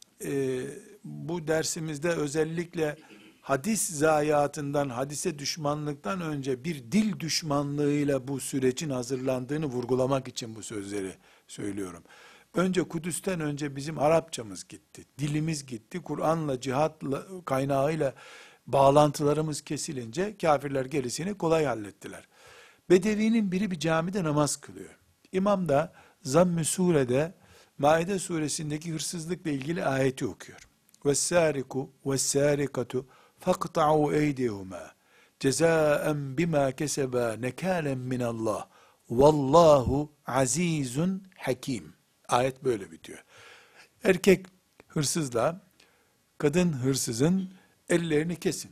bu dersimizde özellikle hadis zayiatından, hadise düşmanlıktan önce bir dil düşmanlığıyla bu sürecin hazırlandığını vurgulamak için bu sözleri söylüyorum. Önce Kudüs'ten önce bizim Arapçamız gitti, dilimiz gitti, Kur'an'la, cihatla, kaynağıyla bağlantılarımız kesilince kafirler gerisini kolay hallettiler. Bedevinin biri bir camide namaz kılıyor. İmam da Zamm-ı Sure'de Maide suresindeki hırsızlıkla ilgili ayeti okuyor. وَالسَّارِكُ وَالسَّارِكَةُ فَقْطَعُوا اَيْدِهُمَا جَزَاءً بِمَا كَسَبَا نَكَالًا مِنَ اللّٰهِ وَاللّٰهُ عَز۪يزٌ hakim. Ayet böyle bitiyor. Erkek hırsızla kadın hırsızın ellerini kesin.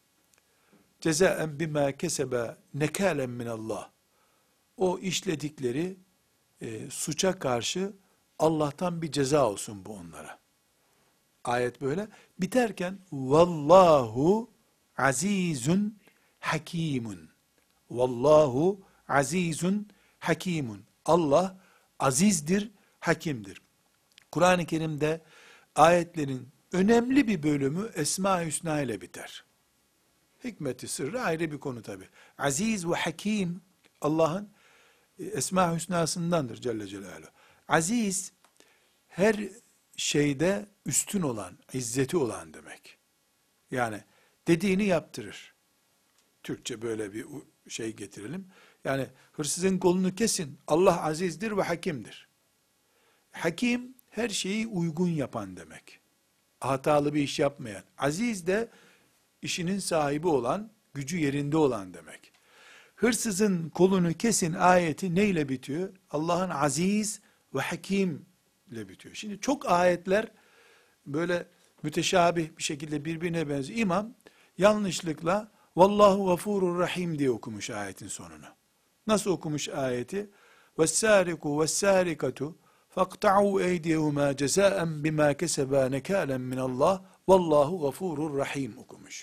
Cezaen bima kesebe nekalen min Allah. O işledikleri suça karşı Allah'tan bir ceza olsun bu onlara. Ayet böyle. Biterken vallahu azizun hakimun. Vallahu azizun hakimun. Allah azizdir, hakimdir. Kur'an-ı Kerim'de ayetlerin önemli bir bölümü Esma-i Hüsna ile biter. Hikmeti sırrı ayrı bir konu tabi. Aziz ve hakim Allah'ın Esma-i Hüsna'sındandır Celle Celaluhu. Aziz her şeyde üstün olan, izzeti olan demek. Yani dediğini yaptırır. Türkçe böyle bir şey getirelim. Yani hırsızın kolunu kesin. Allah azizdir ve hakimdir. Hakim her şeyi uygun yapan demek. Hatalı bir iş yapmayan. Aziz de işinin sahibi olan, gücü yerinde olan demek. Hırsızın kolunu kesin ayeti neyle bitiyor? Allah'ın aziz ve hakim ile bitiyor. Şimdi çok ayetler böyle müteşabih bir şekilde birbirine benziyor. İmam yanlışlıkla vallahu gafurur rahim diye okumuş ayetin sonunu. Nasıl okumuş ayeti? وَالسَّارِقُ وَالسَّارِقَةُ فَاقْتَعُوا اَيْدِيهُمَا جَزَاءً بِمَا كَسَبَا نَكَالًا مِنَ اللّٰهِ وَاللّٰهُ غَفُورٌ rahim okumuş.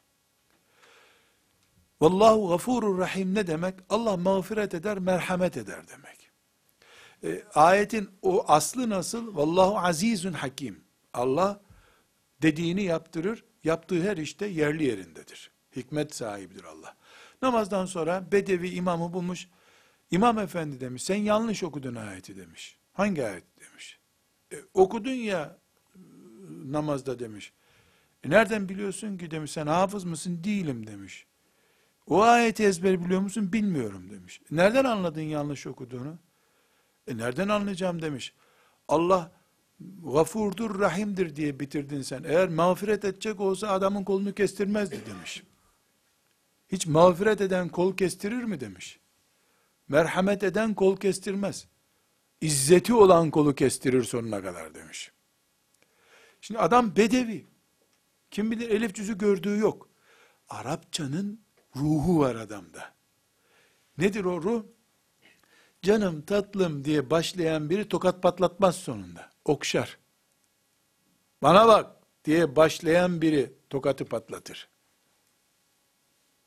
Vallahu gafurur rahim ne demek? Allah mağfiret eder, merhamet eder demek. Ayetin o aslı nasıl? Vallahu azizun hakim. Allah dediğini yaptırır, yaptığı her işte yerli yerindedir. Hikmet sahibidir Allah. Namazdan sonra Bedevi imamı bulmuş. İmam efendi demiş, sen yanlış okudun ayeti demiş. Hangi ayet demiş. Okudun ya namazda demiş. Nereden biliyorsun ki demiş, sen hafız mısın? Değilim demiş. O ayeti ezber biliyor musun? Bilmiyorum demiş. Nereden anladın yanlış okuduğunu? Nereden anlayacağım demiş. Allah gafurdur, rahimdir diye bitirdin sen. Eğer mağfiret edecek olsa adamın kolunu kestirmezdi demiş. Hiç mağfiret eden kol kestirir mi demiş. Merhamet eden kol kestirmez. İzzeti olan kolu kestirir sonuna kadar demiş. Şimdi adam bedevi. Kim bilir elif cüzü gördüğü yok. Arapçanın ruhu var adamda. Nedir o ruh? Canım tatlım diye başlayan biri tokat patlatmaz sonunda. Okşar. Bana bak diye başlayan biri tokatı patlatır.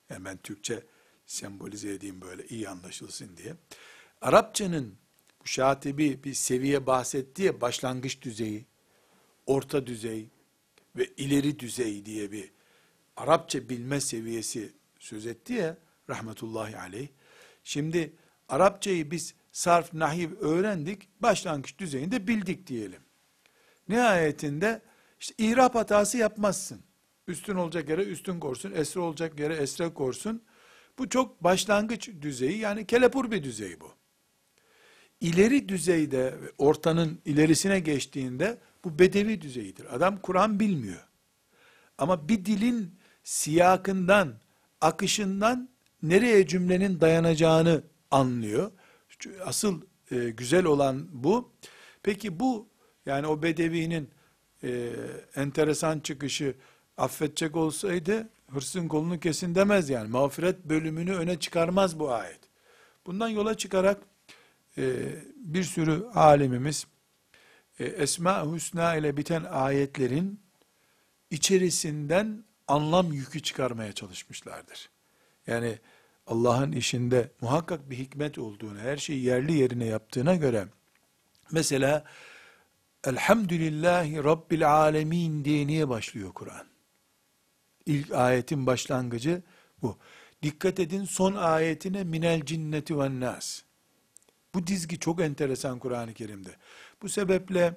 Yani ben Türkçe sembolize edeyim böyle iyi anlaşılsın diye. Arapçanın bu Şatibi bir seviye bahsetti ya, başlangıç düzeyi, orta düzey ve ileri düzey diye bir Arapça bilme seviyesi söz etti ya rahmetullahi aleyh. Şimdi Arapçayı biz sarf, nahiv öğrendik, başlangıç düzeyinde bildik diyelim. Nihayetinde işte İrab hatası yapmazsın. Üstün olacak yere üstün korsun, esre olacak yere esre korsun. Bu çok başlangıç düzeyi, yani kelepur bir düzey bu. İleri düzeyde, ortanın ilerisine geçtiğinde bu bedevi düzeyidir. Adam Kur'an bilmiyor. Ama bir dilin siyakından, akışından nereye cümlenin dayanacağını anlıyor. Asıl güzel olan bu. Peki bu, yani o bedevinin enteresan çıkışı affedecek olsaydı hırsın kolunu kesin demez yani. Mağfiret bölümünü öne çıkarmaz bu ayet. Bundan yola çıkarak bir sürü alimimiz Esma-ı Hüsna ile biten ayetlerin içerisinden anlam yükü çıkarmaya çalışmışlardır. Yani Allah'ın işinde muhakkak bir hikmet olduğunu, her şeyi yerli yerine yaptığına göre, mesela Elhamdülillahi Rabbil Alemin diye niye başlıyor Kur'an? İlk ayetin başlangıcı bu. Dikkat edin son ayetine minel cinneti ven nas. Bu dizgi çok enteresan Kur'an-ı Kerim'de. Bu sebeple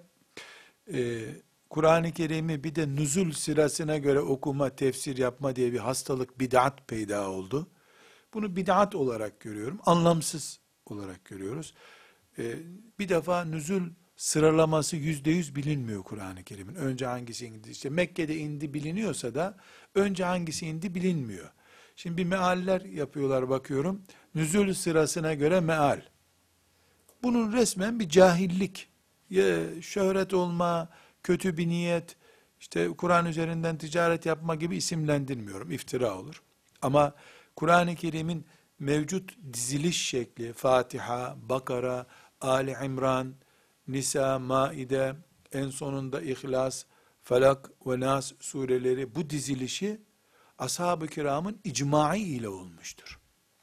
Kur'an-ı Kerim'i bir de nüzul sırasına göre okuma, tefsir yapma diye bir hastalık, bid'at peyda oldu. Bunu bid'at olarak görüyorum, anlamsız olarak görüyoruz. Bir defa nüzul sıralaması %100 bilinmiyor Kur'an-ı Kerim'in. Önce hangisi indi? İşte Mekke'de indi biliniyorsa da önce hangisi indi bilinmiyor. Şimdi bir mealler yapıyorlar bakıyorum. Nüzul sırasına göre meal. Bunun resmen bir cahillik, ya şöhret olma, kötü bir niyet, işte Kur'an üzerinden ticaret yapma gibi isimlendirmiyorum. İftira olur. Ama Kur'an-ı Kerim'in mevcut diziliş şekli, Fatiha, Bakara, Ali İmran, Nisa, Maide, en sonunda İhlas, Felak ve Nas sureleri, bu dizilişi ashab-ı kiramın icma'i ile olmuştur.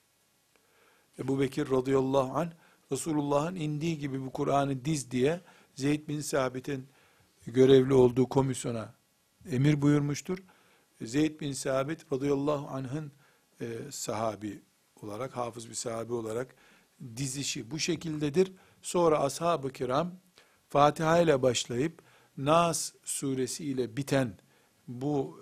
Ebu Bekir radıyallahu anh, Resulullah'ın indiği gibi bu Kur'an'ı diz diye Zeyd bin Sabit'in görevli olduğu komisyona emir buyurmuştur. Zeyd bin Sabit radıyallahu anh'ın sahabi olarak, hafız bir sahabi olarak dizişi bu şekildedir. Sonra ashab-ı kiram Fatiha ile başlayıp Nas suresi ile biten bu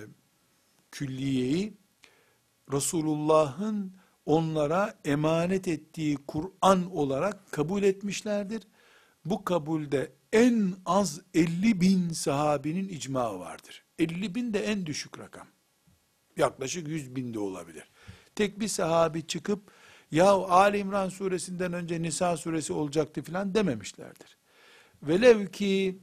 külliyeyi Resulullah'ın onlara emanet ettiği Kur'an olarak kabul etmişlerdir. Bu kabulde en az 50 bin sahabinin icmağı vardır. 50 bin de en düşük rakam. Yaklaşık 100 bin de olabilir. Tek bir sahabi çıkıp, ya Ali İmran suresinden önce Nisa suresi olacaktı filan dememişlerdir. Velev ki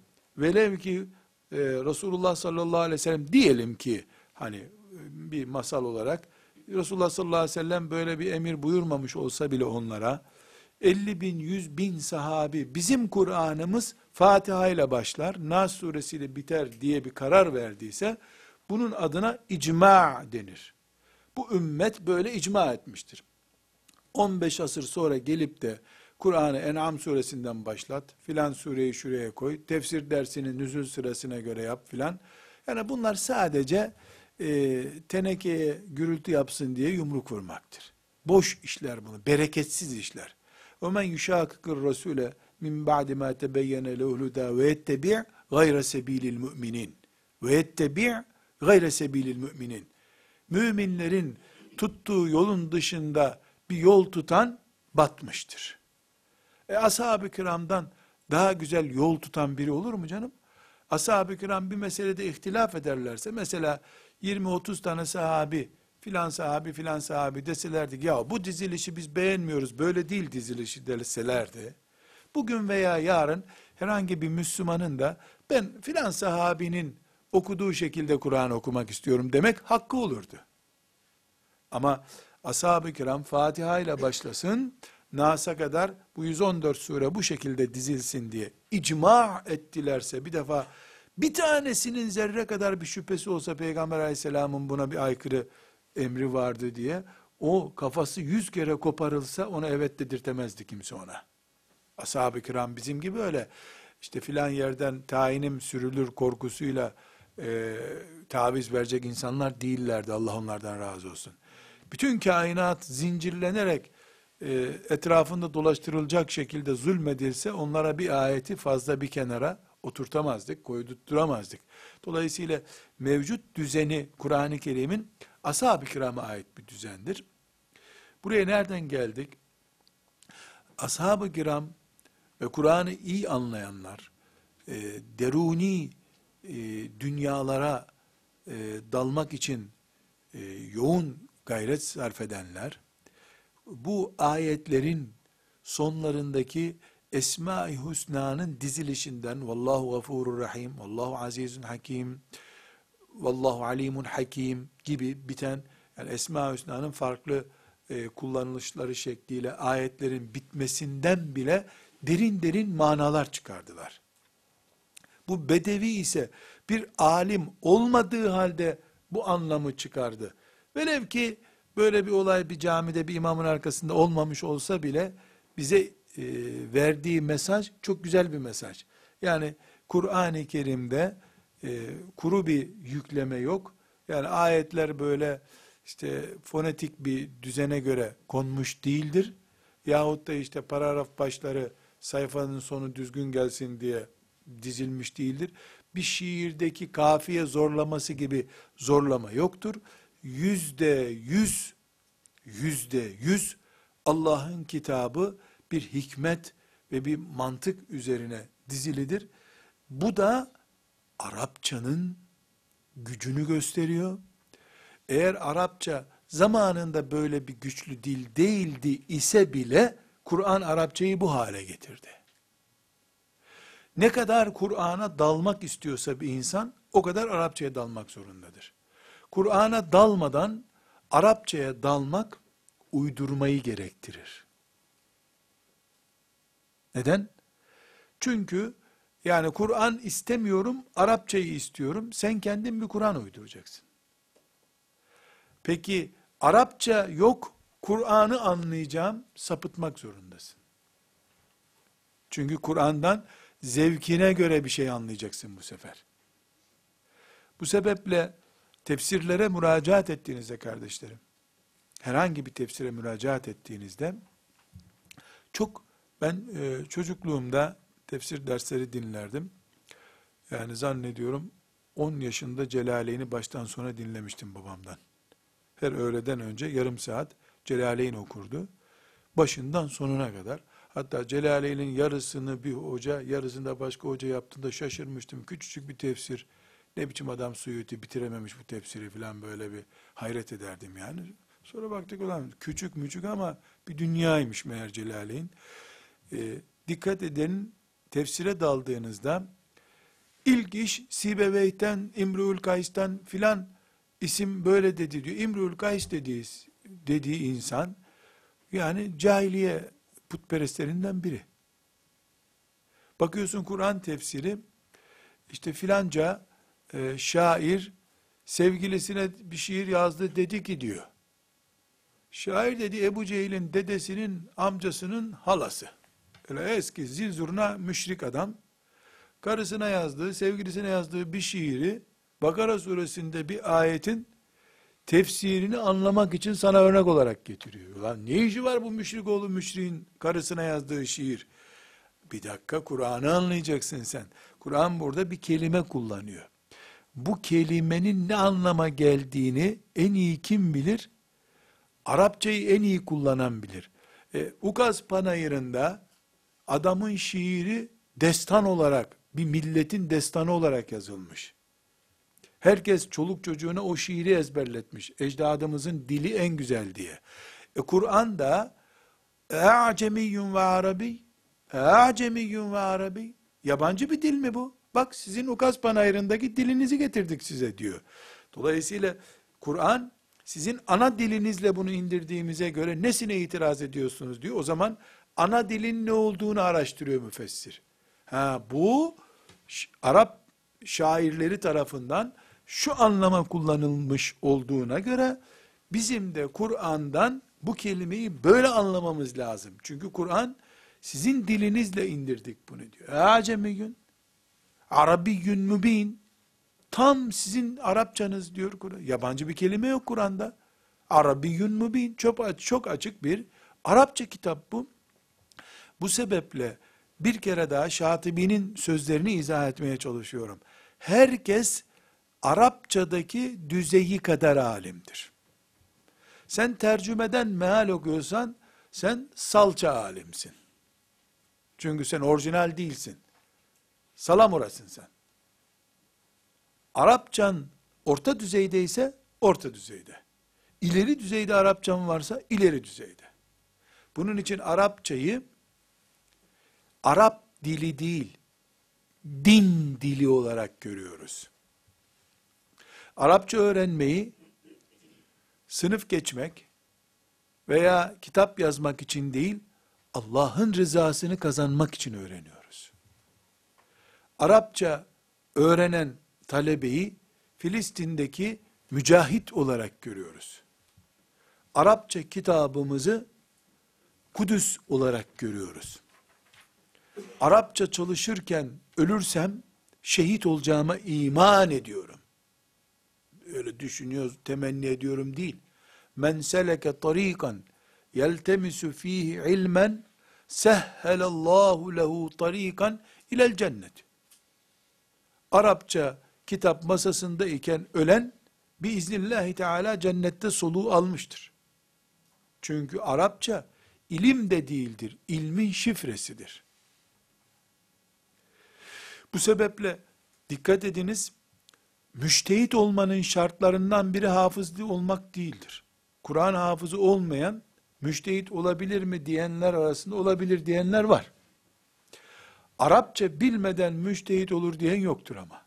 Resulullah sallallahu aleyhi ve sellem, diyelim ki hani bir masal olarak Resulullah sallallahu aleyhi ve sellem böyle bir emir buyurmamış olsa bile onlara, 50 bin, 100 bin sahabi bizim Kur'an'ımız Fatiha ile başlar, Nas suresiyle biter diye bir karar verdiyse, bunun adına icma denir. Bu ümmet böyle icma etmiştir. 15 asır sonra gelip de Kur'an'ı En'am suresinden başlat, filan sureyi şuraya koy, tefsir dersini nüzul sırasına göre yap filan. Yani bunlar sadece tenekeye gürültü yapsın diye yumruk vurmaktır. Boş işler bunu, bereketsiz işler. وَمَنْ يُشَاقِقِ الرَّسُولَ مِنْ بَعْدِ مَا تَبَيَّنَ لَهُ الْهُدَى وَيَتَّبِعْ غَيْرَ سَب۪يلِ الْمُؤْمِنِينَ وَيَتَّبِعْ غَيْرَ سَب۪يلِ الْمُؤْمِنِينَ. Müminlerin tuttuğu yolun dışında bir yol tutan batmıştır. Ashab-ı kiramdan daha güzel yol tutan biri olur mu canım? Ashab-ı kiram bir meselede ihtilaf ederlerse, mesela 20-30 tane sahabi, filan sahabi filan sahabi deselerdi, ya bu dizilişi biz beğenmiyoruz, böyle değil dizilişi deselerdi, bugün veya yarın herhangi bir Müslümanın da ben filan sahabinin okuduğu şekilde Kur'an okumak istiyorum demek hakkı olurdu. Ama ashab-ı kiram Fatiha ile başlasın, Nas'a kadar bu 114 sure bu şekilde dizilsin diye icma ettilerse, bir defa bir tanesinin zerre kadar bir şüphesi olsa Peygamber aleyhisselamın buna bir aykırı emri vardı diye, o kafası 100 kere koparılsa ona evet dedirtemezdi kimse ona. Ashab-ı kiram bizim gibi öyle işte filan yerden tayinim sürülür korkusuyla taviz verecek insanlar değillerdi. Allah onlardan razı olsun. Bütün kainat zincirlenerek etrafında dolaştırılacak şekilde zulmedilse onlara bir ayeti fazla bir kenara oturtamazdık, koydurtturamazdık. Dolayısıyla mevcut düzeni Kur'an-ı Kerim'in ashab-ı kirama ait bir düzendir. Buraya nereden geldik? Ashab-ı kiram ve Kur'an'ı iyi anlayanlar, deruni dünyalara dalmak için yoğun gayret sarf edenler, bu ayetlerin sonlarındaki Esma-i Hüsna'nın dizilişinden Vallahu gafurur rahim, Vallahu azizun hakim, Vallahu alimun hakim gibi biten, yani Esma-i Hüsna'nın farklı kullanılışları şekliyle ayetlerin bitmesinden bile derin derin manalar çıkardılar. Bu bedevi ise bir alim olmadığı halde bu anlamı çıkardı. Velev ki böyle bir olay bir camide bir imamın arkasında olmamış olsa bile bize verdiği mesaj çok güzel bir mesaj. Yani Kur'an-ı Kerim'de kuru bir yükleme yok. Yani ayetler böyle işte fonetik bir düzene göre konmuş değildir. Yahut da işte paragraf başları sayfanın sonu düzgün gelsin diye dizilmiş değildir. Bir şiirdeki kafiye zorlaması gibi zorlama yoktur. %100, %100 Allah'ın kitabı bir hikmet ve bir mantık üzerine dizilidir. Bu da Arapçanın gücünü gösteriyor. Eğer Arapça zamanında böyle bir güçlü dil değildi ise bile Kur'an Arapçayı bu hale getirdi. Ne kadar Kur'an'a dalmak istiyorsa bir insan o kadar Arapçaya dalmak zorundadır. Kur'an'a dalmadan Arapçaya dalmak uydurmayı gerektirir. Neden? Çünkü yani Kur'an istemiyorum, Arapçayı istiyorum. Sen kendin bir Kur'an uyduracaksın. Peki Arapça yok, Kur'an'ı anlayacağım, sapıtmak zorundasın. Çünkü Kur'an'dan zevkine göre bir şey anlayacaksın bu sefer. Bu sebeple tefsirlere müracaat ettiğinizde kardeşlerim, herhangi bir tefsire müracaat ettiğinizde, ben çocukluğumda tefsir dersleri dinlerdim. Yani zannediyorum 10 yaşında Celaleyn'i baştan sona dinlemiştim babamdan. Her öğleden önce yarım saat Celaleyn okurdu. Başından sonuna kadar. Hatta Celaleyn'in yarısını bir hoca, yarısını da başka hoca yaptığında şaşırmıştım. Küçücük bir tefsir. Ne biçim adam Suyuti bitirememiş bu tefsiri falan, böyle bir hayret ederdim yani. Sonra baktık ulan küçük müçük ama bir dünyaymış meğer Celaleyn. Dikkat edin, tefsire daldığınızda ilk iş Sibeveyh'ten, İmru'l Kays'tan filan isim böyle dedi diyor. İmru'l Kays dediği insan yani cahiliye putperestlerinden biri. Bakıyorsun Kur'an tefsiri, işte filanca şair sevgilisine bir şiir yazdı dedi ki diyor. Şair dedi Ebu Cehil'in dedesinin amcasının halası. Öyle eski zil zurna müşrik adam. Karısına yazdığı, sevgilisine yazdığı bir şiiri Bakara suresinde bir ayetin tefsirini anlamak için sana örnek olarak getiriyor. Lan ne işi var bu müşrik oğlu müşriğin karısına yazdığı şiir? Bir dakika, Kur'an'ı anlayacaksın sen. Kur'an burada bir kelime kullanıyor. Bu kelimenin ne anlama geldiğini en iyi kim bilir? Arapçayı en iyi kullanan bilir. Ukaz Panayırı'nda adamın şiiri destan olarak, bir milletin destanı olarak yazılmış. Herkes çoluk çocuğuna o şiiri ezberletmiş. Ecdadımızın dili en güzel diye. Kur'an'da A'cemiyyun ve Arabi, A'cemiyyun ve Arabi, yabancı bir dil mi bu? Bak sizin Ukaz Panayırı'ndaki dilinizi getirdik size diyor. Dolayısıyla Kur'an sizin ana dilinizle bunu indirdiğimize göre nesine itiraz ediyorsunuz diyor. O zaman ana dilin ne olduğunu araştırıyor müfessir. Bu Arap şairleri tarafından şu anlama kullanılmış olduğuna göre Bizim de Kur'an'dan bu kelimeyi böyle anlamamız lazım. Çünkü Kur'an sizin dilinizle indirdik bunu diyor. Acemiyyün, Arabiyyün mübin. Tam sizin Arapçanız diyor Kur'an. Yabancı bir kelime yok Kur'an'da. Arabiyyün mübin. Çok açık bir Arapça kitap bu. Bu sebeple bir kere daha Şatibi'nin sözlerini izah etmeye çalışıyorum. Herkes Arapçadaki düzeyi kadar alimdir. Sen tercümeden meal okuyorsan sen salça alimsin. Çünkü sen orijinal değilsin. Salamurasın sen. Arapçan orta düzeydeyse orta düzeyde. İleri düzeyde Arapçan varsa ileri düzeyde. Bunun için Arapçayı Arap dili değil, din dili olarak görüyoruz. Arapça öğrenmeyi sınıf geçmek veya kitap yazmak için değil, Allah'ın rızasını kazanmak için öğreniyoruz. Arapça öğrenen talebeyi Filistin'deki mücahit olarak görüyoruz. Arapça kitabımızı Kudüs olarak görüyoruz. Arapça çalışırken ölürsem şehit olacağıma iman ediyorum. Öyle düşünüyoruz, temenni ediyorum değil. Men seleke tariqan yeltemisu fihi ilmen sehhelallahu lehu tariqan ilel cennet. Arapça kitap masasında iken ölen biiznillahü teala cennette soluğu almıştır. Çünkü Arapça ilim de değildir, ilmin şifresidir. Bu sebeple dikkat ediniz, müştehit olmanın şartlarından biri hafızlı olmak değildir. Kur'an hafızı olmayan, müştehit olabilir mi diyenler arasında olabilir diyenler var. Arapça bilmeden müştehit olur diyen yoktur ama.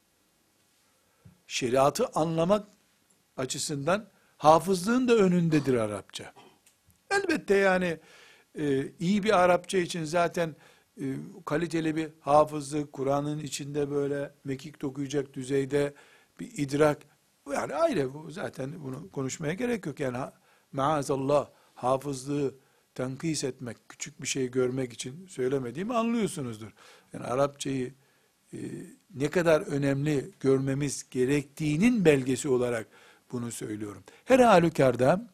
Şeriatı anlamak açısından hafızlığın da önündedir Arapça. Elbette yani iyi bir Arapça için zaten kaliteli bir hafızlık, Kur'an'ın içinde böyle mekik dokuyacak düzeyde bir idrak, yani ayrı, bu zaten bunu konuşmaya gerek yok. Yani maazallah hafızlığı tenkis etmek, küçük bir şey görmek için söylemediğimi anlıyorsunuzdur. Yani Arapçayı ne kadar önemli görmemiz gerektiğinin belgesi olarak bunu söylüyorum. Her halükarda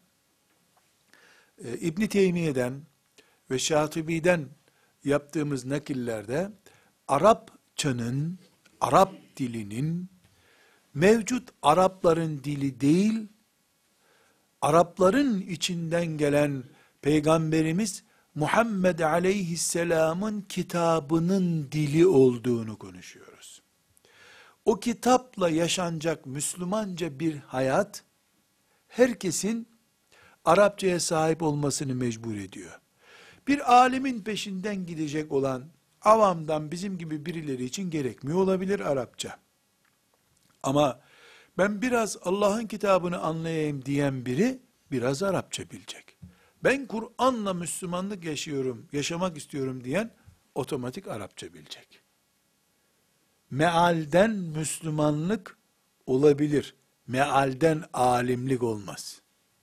İbn Teymiye'den ve Şatibi'den yaptığımız nakillerde Arapçanın, Arap dilinin mevcut Arapların dili değil, Arapların içinden gelen Peygamberimiz Muhammed Aleyhisselam'ın kitabının dili olduğunu konuşuyoruz. O kitapla yaşanacak Müslümanca bir hayat, herkesin Arapçaya sahip olmasını mecbur ediyor. Bir alimin peşinden gidecek olan avamdan bizim gibi birileri için gerekmiyor olabilir Arapça. Ama ben biraz Allah'ın kitabını anlayayım diyen biri biraz Arapça bilecek. Ben Kur'an'la Müslümanlık yaşıyorum, yaşamak istiyorum diyen otomatik Arapça bilecek. Mealden Müslümanlık olabilir. Mealden alimlik olmaz.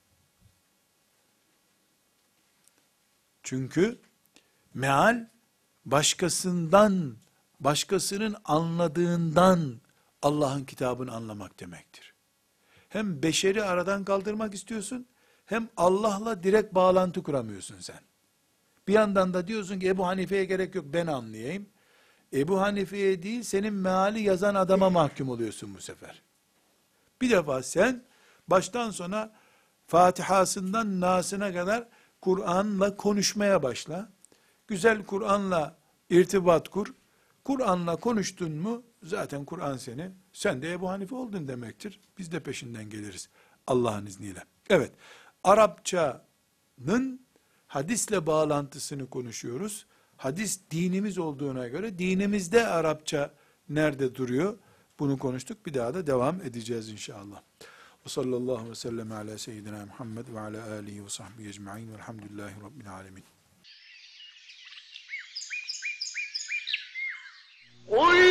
Çünkü meal başkasından, başkasının anladığından Allah'ın kitabını anlamak demektir. Hem beşeri aradan kaldırmak istiyorsun, hem Allah'la direkt bağlantı kuramıyorsun sen. Bir yandan da diyorsun ki Ebu Hanife'ye gerek yok, ben anlayayım. Ebu Hanife'ye değil, senin meali yazan adama mahkum oluyorsun bu sefer. Bir defa sen baştan sona Fatiha'sından Nas'ına kadar Kur'an'la konuşmaya başla. Güzel Kur'an'la irtibat kur. Kur'an'la konuştun mu zaten Kur'an seni, sen de Ebu Hanife oldun demektir. Biz de peşinden geliriz Allah'ın izniyle. Evet, Arapçanın hadisle bağlantısını konuşuyoruz. Hadis dinimiz olduğuna göre dinimizde Arapça nerede duruyor? Bunu konuştuk. Bir daha da devam edeceğiz inşallah. Ve sallallahu aleyhi ve sellem ala seyyidina Muhammed ve ala alihi ve sahbihi ecma'in velhamdülillahi rabbil alemin.